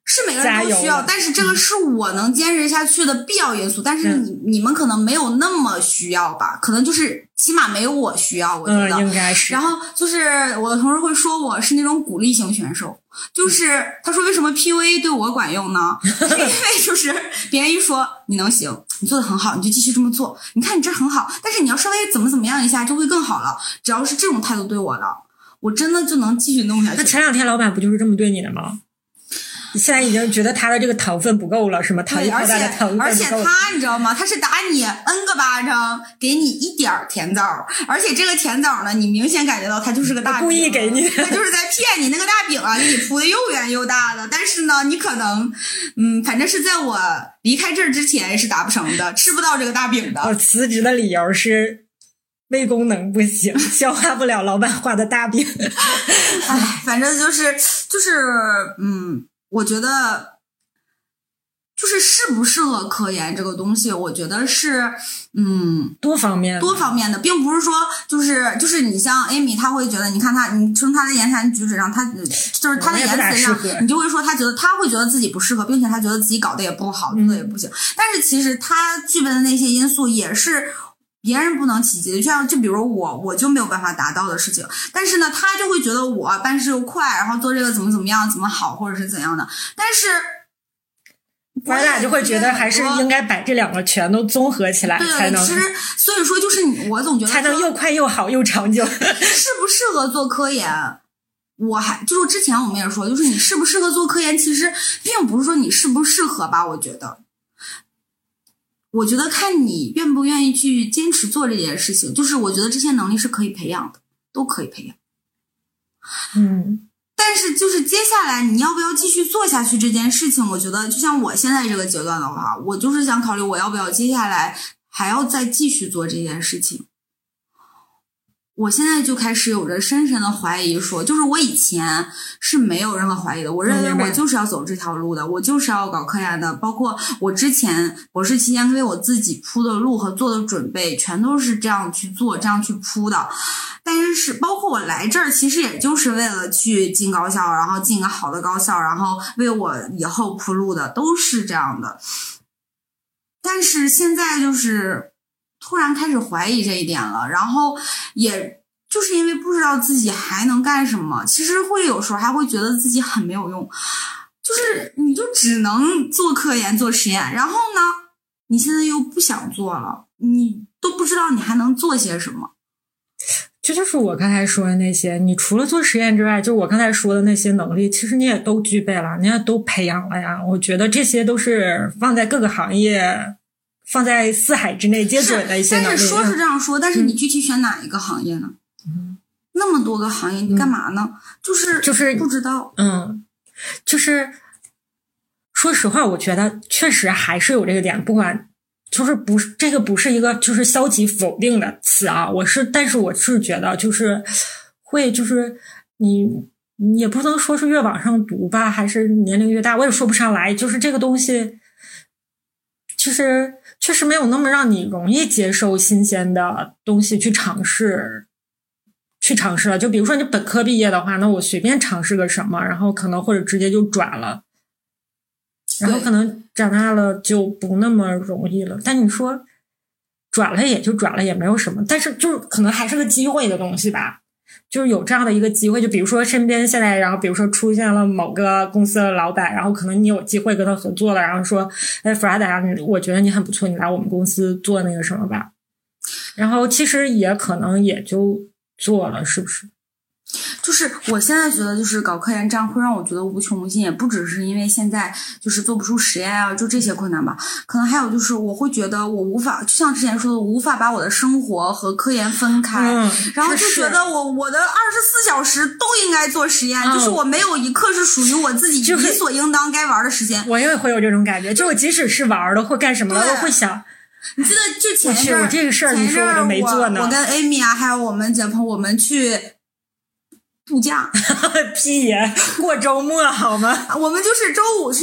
是每个人都需要，但是这个是我能坚持下去的必要因素。嗯、但是你、嗯、你们可能没有那么需要吧，可能就是起码没有我需要，我觉得、 嗯、应该是。 然后就是我的同事会说我是那种鼓励型选手，就是他说为什么 P U A 对我管用呢？是因为就是别人一说你能行，你做的很好，你就继续这么做，你看你这很好，但是你要稍微怎么怎么样一下就会更好了。只要是这种态度对我的，我真的就能继续弄下去。 那前两天老板不就是这么对你的吗？你现在已经觉得他的这个糖分不够了，是吗？糖一泡蛋的糖分不够。 而且他你知道吗？他是打你 N 个巴掌，给你一点甜枣，而且这个甜枣呢，你明显感觉到他就是个大饼， 故意给你， 他就是在骗你。那个大饼啊，给你铺的又圆又大的，但是呢，你可能，嗯，反正是在我离开这儿之前是达不成的，吃不到这个大饼的。 我辞职的理由是胃功能不行，消化不了老板画的大饼。 哎，反正就是就是，嗯。我觉得就是适不适合科研这个东西，我觉得是嗯多方面多方面的，并不是说就是就是你像 Amy 她会觉得你看她你从她的言谈举止上，她就是她的言辞上，你就会说她觉得她会觉得自己不适合，并且她觉得自己搞得也不好，做的也不行。但是其实她具备的那些因素也是别人不能企及的，就像就比如我我就没有办法达到的事情，但是呢他就会觉得我办事又快，然后做这个怎么怎么样怎么好或者是怎样的，但是我俩就会觉得还是应该把这两个全都综合起来才能。 其实所以说就是你我总觉得才能又快又好又长久。 适不适合做科研，我还就是之前我们也说，就是你适不适合做科研，其实并不是说你适不适合吧，我觉得。我觉得看你愿不愿意去坚持做这件事情，就是我觉得这些能力是可以培养的，都可以培养。 嗯， 但是就是接下来你要不要继续做下去这件事情，我觉得就像我现在这个阶段的话，我就是想考虑我要不要接下来还要再继续做这件事情。我现在就开始有着深深的怀疑说，就是我以前是没有任何怀疑的，我认为我就是要走这条路的，我就是要搞科研的，包括我之前博士期间为我自己铺的路和做的准备全都是这样去做这样去铺的。但是包括我来这儿其实也就是为了去进高校，然后进个好的高校，然后为我以后铺路的，都是这样的。但是现在就是突然开始怀疑这一点了，然后也就是因为不知道自己还能干什么，其实会有时候还会觉得自己很没有用，就是你就只能做科研做实验，然后呢你现在又不想做了，你都不知道你还能做些什么。 这就是我刚才说的那些，你除了做实验之外，就我刚才说的那些能力，其实你也都具备了，你也都培养了呀。我觉得这些都是放在各个行业放在四海之内皆准的一些能力。 但是说是这样说，但是你具体选哪一个行业呢？ 嗯， 那么多个行业，你干嘛呢？嗯、就是就是不知道。 嗯，就是说实话，我觉得确实还是有这个点，不管就是不是这个不是一个就是消极否定的词啊，我是，但是我是觉得就是会就是你你也不能说是越往上读吧，还是年龄越大，我也说不上来，就是这个东西，就是确实没有那么让你容易接受新鲜的东西去尝试。去尝试了，就比如说你本科毕业的话，那我随便尝试个什么，然后可能或者直接就转了，然后可能长大了就不那么容易了。但你说转了也就转了，也没有什么，但是就是可能还是个机会的东西吧，就是有这样的一个机会，就比如说身边现在，然后比如说出现了某个公司的老板，然后可能你有机会跟他合作了，然后说，哎，弗拉达，我觉得你很不错，你来我们公司做那个什么吧，然后其实也可能也就做了，是不是？ 就是我现在觉得就是搞科研这样会让我觉得无穷无尽，也不只是因为现在就是做不出实验啊，就这些困难吧，可能还有就是我会觉得我无法，就像之前说的，我无法把我的生活和科研分开， 嗯， 然后就觉得我我的二十四小时都应该做实验，嗯，就是我没有一刻是属于我自己理所应当该玩的时间。 我也会有这种感觉，就我即使是玩的或干什么的，我会想。 你记得就前一阵儿， 我这个事儿你说我都没做呢。 我跟 Amy 啊，还有我们姐朋友，我们去度假， 屁呀，过周末好吗？ 我们就是周五去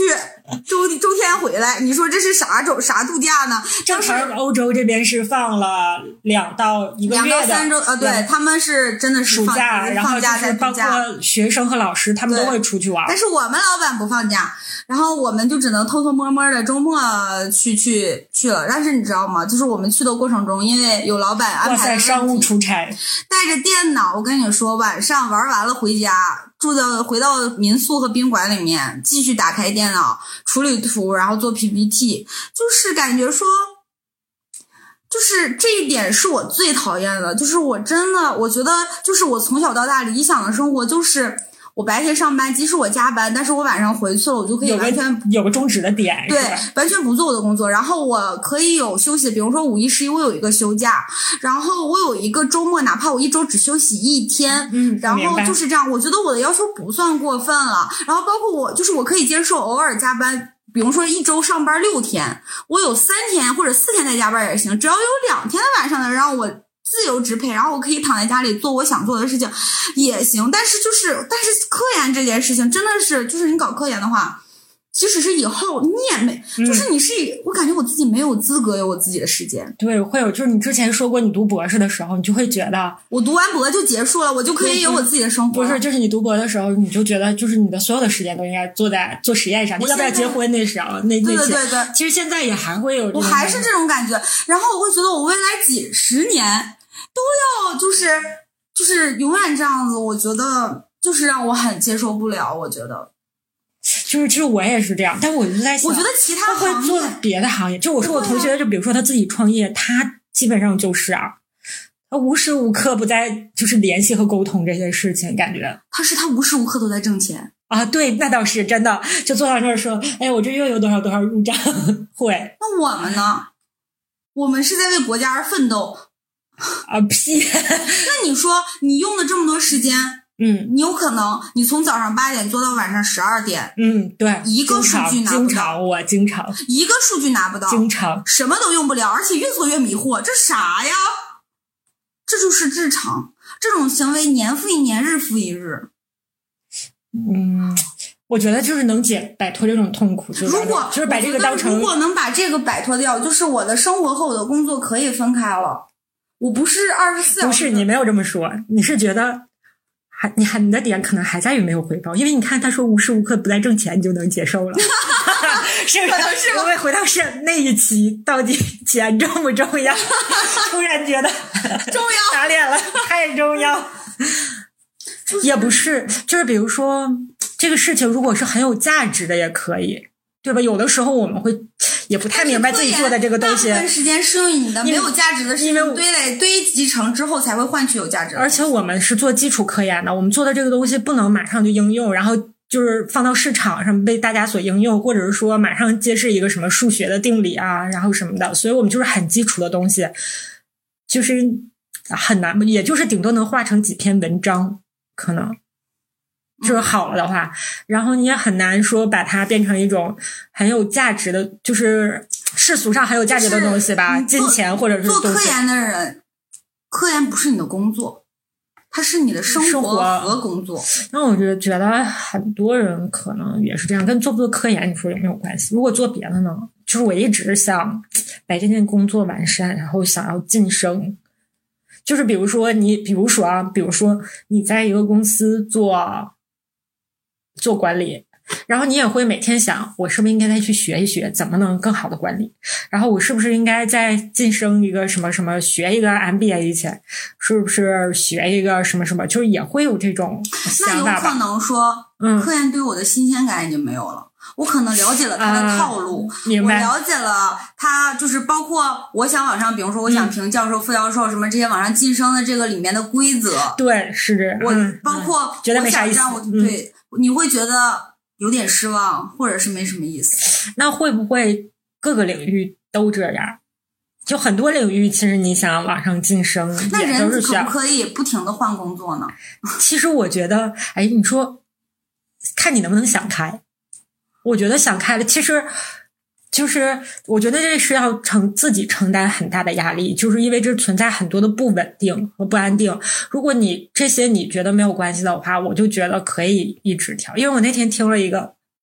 周周天回来，你说这是啥周啥度假呢？ 正常欧洲这边是放了两到一个月的， 两到三周啊，对，他们是真的是暑假，然后就是包括学生和老师他们都会出去玩。 但是我们老板不放假，然后我们就只能偷偷摸摸的周末去去去了。但是你知道吗？就是我们去的过程中，因为有老板安排的商务出差， 带着电脑，我跟你说，晚上玩完了回家。住的回到民宿和宾馆里面，继续打开电脑处理图，然后做 P P T， 就是感觉说，就是这一点是我最讨厌的。就是我真的，我觉得就是我从小到大理想的生活就是我白天上班，即使我加班，但是我晚上回去了，我就可以完全有个终止的点， 对，完全不做我的工作，然后我可以有休息，比如说五一十一我有一个休假，然后我有一个周末，哪怕我一周只休息一天， 嗯， 然后就是这样，我觉得我的要求不算过分了。然后包括我，就是我可以接受偶尔加班，比如说一周上班六天，我有三天或者四天在加班也行，只要有两天的晚上能让我自由支配，然后我可以躺在家里做我想做的事情也行。但是就是但是科研这件事情真的是，就是你搞科研的话，即使是以后你也没、嗯、就是你是我感觉我自己没有资格有我自己的时间。 对，会有，就是你之前说过你读博士的时候，你就会觉得我读完博就结束了，我就可以有我自己的生活。 不是，就是你读博的时候你就觉得就是你的所有的时间都应该坐在做实验上，你要不要结婚那时候那对对对对， 其实现在也还会有， 我还是这种感觉。然后我会觉得我未来几十年都要就是就是永远这样子，我觉得就是让我很接受不了。我觉得就是其实我也是这样，但我就在想， 我觉得其他行业会做别的行业，就我说我同学，就比如说他自己创业，他基本上就是啊，他无时无刻不在就是联系和沟通这些事情，感觉他是他无时无刻都在挣钱啊。对，那倒是真的，就坐到那儿说，哎，我这又有多少多少入账，会。 那我们呢？我们是在为国家而奋斗。 啊屁！ 那你说你用了这么多时间， 嗯， 你有可能你从早上八点做到晚上十二点， 嗯，对， 一个数据拿不到， 经常我经常一个数据拿不到， 经常什么都用不了，而且越做越迷惑，这啥呀？这就是日常，这种行为年复一年，日复一日。 嗯。我觉得就是能解摆脱这种痛苦，就是如果就是把这个当成， 如果能把这个摆脱掉，就是我的生活和我的工作可以分开了。我不是二十四小时， 不是你没有这么说，你是觉得还你还你的点可能还在于没有回报，因为你看他说无时无刻不在挣钱，你就能接受了，是不是？我们回到是那一期，到底钱重不重要？突然觉得重要， 打脸了，太重要。就是、也不是，就是比如说这个事情如果是很有价值的也可以，对吧？有的时候我们会也不太明白自己做的这个东西， 大部分时间是用你的没有价值的事情堆垒堆积成之后才会换取有价值的。 而且我们是做基础科研的，我们做的这个东西不能马上就应用，然后就是放到市场上被大家所应用，或者是说马上揭示一个什么数学的定理啊，然后什么的，所以我们就是很基础的东西，就是很难，也就是顶多能画成几篇文章。可能就是好了的话、嗯、然后你也很难说把它变成一种很有价值的，就是世俗上很有价值的东西吧，金钱或者是做科研的人，科研不是你的工作，它是你的生活和工作。 那我就觉得很多人可能也是这样，跟做不做科研你说有没有关系？如果做别的呢，就是我一直想把这件工作完善，然后想要晋升。就是比如说你比如说啊比如说你在一个公司做做管理，然后你也会每天想我是不是应该再去学一学怎么能更好的管理，然后我是不是应该再晋升一个什么什么，学一个 M B A 去，是不是学一个什么什么，就是也会有这种想法吧。 那有可能说嗯， 科研对我的新鲜感已经没有了，我可能了解了他的套路、 啊、明白， 我了解了他就是包括我想往上，比如说我想评教授、嗯、副教授什么这些往上晋升的这个里面的规则， 对，是这样。 我、 嗯、 包括觉得没啥意思， 我对、嗯、你会觉得有点失望，或者是没什么意思。 那会不会各个领域都这样？就很多领域其实你想往上晋升， 那人可不可以不停的换工作呢？ 其实我觉得，哎，你说看你能不能想开。我觉得想开了，其实就是我觉得这是要承自己承担很大的压力，就是因为这存在很多的不稳定和不安定。如果你这些你觉得没有关系的话，我就觉得可以一直调。因为我那天听了一个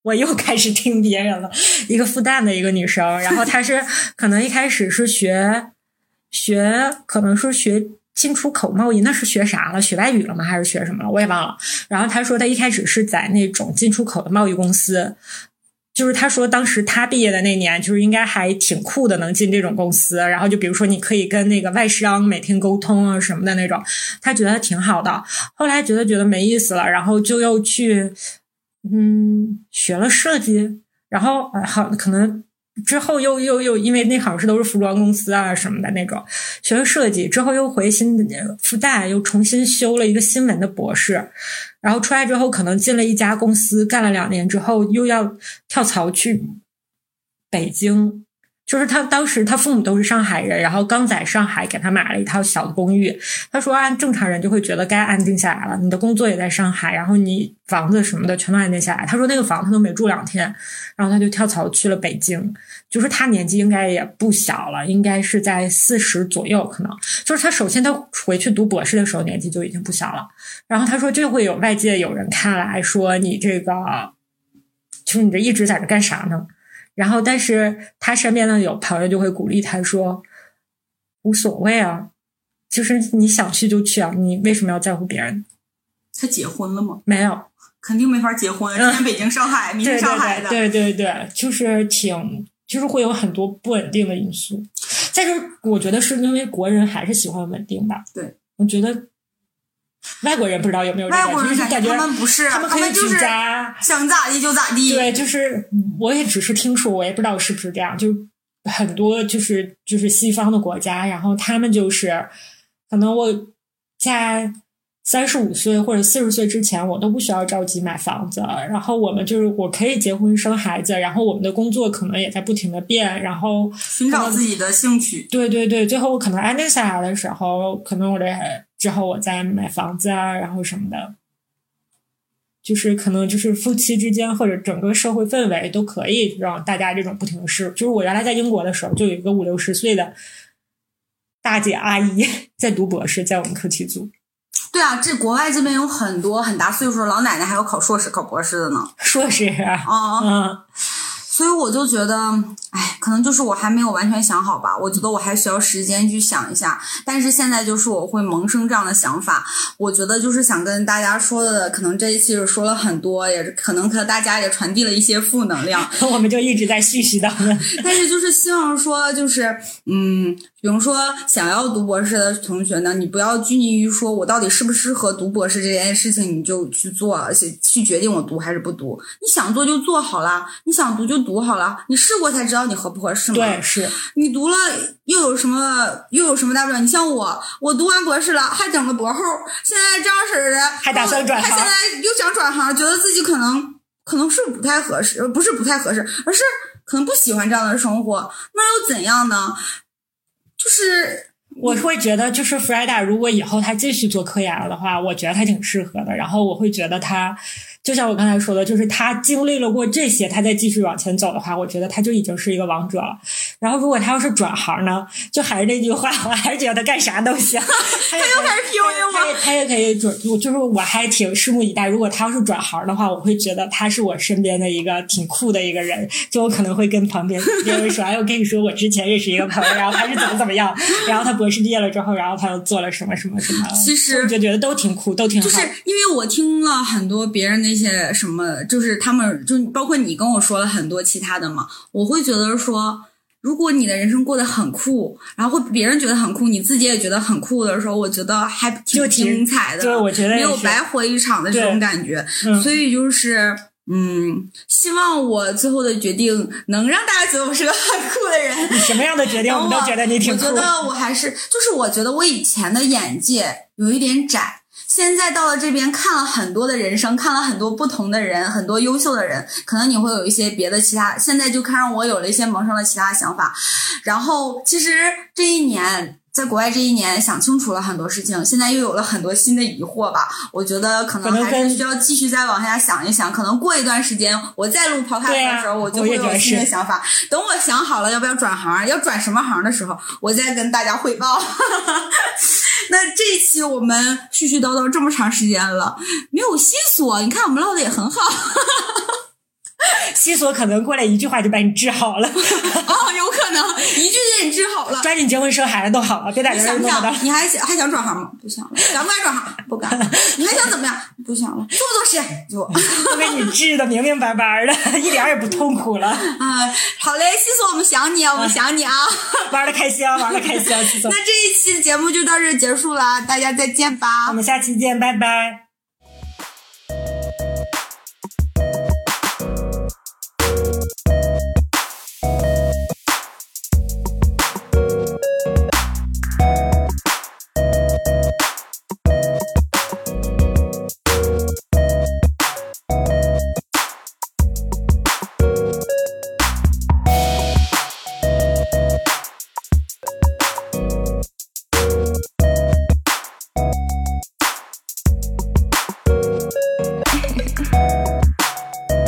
我又开始听别人了，一个复旦的一个女生，然后她是可能一开始是学学，可能是学进出口贸易，那是学啥了？学外语了吗？还是学什么了？我也忘了。然后她说她一开始是在那种进出口的贸易公司，就是她说当时她毕业的那年，就是应该还挺酷的，能进这种公司。然后就比如说你可以跟那个外商每天沟通啊什么的那种，她觉得挺好的。后来觉得觉得没意思了，然后就又去。嗯，学了设计，然后好可能之后又又又因为那好像是都是服装公司啊什么的那种，学了设计之后又回新复旦又重新修了一个新闻的博士，然后出来之后可能进了一家公司干了两年之后又要跳槽去北京。就是他当时他父母都是上海人，然后刚在上海给他买了一套小的公寓。他说按正常人就会觉得该安定下来了，你的工作也在上海，然后你房子什么的全都安定下来。他说那个房他都没住两天，然后他就跳槽去了北京。就是他年纪应该也不小了，应该是在四十左右，可能就是他首先他回去读博士的时候年纪就已经不小了。然后他说就会有外界有人看来说你这个就是你这一直在这干啥呢？然后但是他身边的有朋友就会鼓励他说无所谓啊，就是你想去就去啊，你为什么要在乎别人？ 他结婚了吗？ 没有， 肯定没法结婚，今天北京上海、嗯、明天上海的， 对对 对, 对对，就是挺就是会有很多不稳定的因素。再说我觉得是因为国人还是喜欢稳定吧。 对， 我觉得外国人不知道有没有这个， 外国人感觉他们不是， 他们可以就是想咋地就咋地。 对，就是我也只是听说，我也不知道是不是这样。就很多就是就是西方的国家，然后他们就是可能我在三十五岁或者四十岁之前，我都不需要着急买房子，然后我们就是我可以结婚生孩子，然后我们的工作可能也在不停的变，然后寻找自己的兴趣。 对对对，最后我可能安定下来的时候，可能我这之后我再买房子啊，然后什么的，就是可能就是夫妻之间或者整个社会氛围都可以让大家这种不停的试。就是我原来在英国的时候，就有一个五六十岁的大姐阿姨在读博士，在我们课题组。 对啊，这国外这边有很多很大岁数的老奶奶还有考硕士考博士的呢。 硕士啊。 哦、 嗯， 所以我就觉得哎，可能就是我还没有完全想好吧，我觉得我还需要时间去想一下。但是现在就是我会萌生这样的想法，我觉得就是想跟大家说的，可能这一期是说了很多，也可能和大家也传递了一些负能量我们就一直在絮絮叨叨但是就是希望说就是嗯比如说想要读博士的同学呢，你不要拘泥于说我到底适不适合读博士这件事情，你就去做去决定我读还是不读。你想做就做好了，你想读就读好了，你试过才知道你合不合适嘛。 对，是你读了又有什么又有什么大不了？你像我我读完博士了还整个博后，现在这样式的还打算转行， 还现在又想转行，觉得自己可能可能是不太合适，不是不太合适，而是可能不喜欢这样的生活，那又怎样呢？就是我会觉得就是 Freda 如果以后他继续做科研了的话，我觉得他挺适合的。然后我会觉得他就像我刚才说的，就是他经历了过这些，他再继续往前走的话，我觉得他就已经是一个王者了。然后如果他要是转行呢，就还是这句话，我还是觉得他干啥都行。 他又开始 P U A 吗？他也可以转，就是我还挺拭目以待。如果他要是转行的话，我会觉得他是我身边的一个挺酷的一个人。就我可能会跟旁边别人说，哎，我跟你说，我之前认识一个朋友，然后他是怎么怎么样，然后他博士毕业了之后，然后他又做了什么什么什么。 其实我就觉得都挺酷，都挺好。 就是因为我听了很多别人那些什么，就是他们就包括你跟我说了很多其他的嘛，我会觉得说，如果你的人生过得很酷，然后别人觉得很酷，你自己也觉得很酷的时候，我觉得还挺精彩的， 对，我觉得没有白活一场的这种感觉。嗯、所以就是嗯，希望我最后的决定能让大家觉得我是个很酷的人。 你什么样的决定我们都觉得你挺酷。 我觉得我还是就是我觉得我以前的眼界有一点窄，现在到了这边看了很多的人生，看了很多不同的人，很多优秀的人，可能你会有一些别的其他，现在就看让我有了一些萌生了其他想法。然后其实这一年在国外这一年想清楚了很多事情，现在又有了很多新的疑惑吧，我觉得可能还是需要继续再往下想一想，可能过一段时间我再录 podcast 的时候、啊、我就会有新的想法，等我想好了要不要转行，要转什么行的时候我再跟大家汇报那这一期我们絮絮叨叨这么长时间了，没有细说，你看我们唠的也很好西索可能过来一句话就把你治好了。 哦，有可能一句就给你治好了， 抓紧结婚生孩子都好了，别在这儿弄的。 你还想还想转行吗？不想了。想不敢转行？不敢。你还想怎么样？不想了。做不做实验？做。 都给你治的明明白白的，一点也不痛苦了。 啊，好嘞，西索，我们想你啊，我们想你啊， 玩的开心，玩的开心，西索。 那这一期的节目就到这结束了，大家再见吧。 我们下期见，拜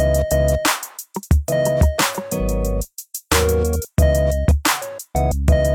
拜。you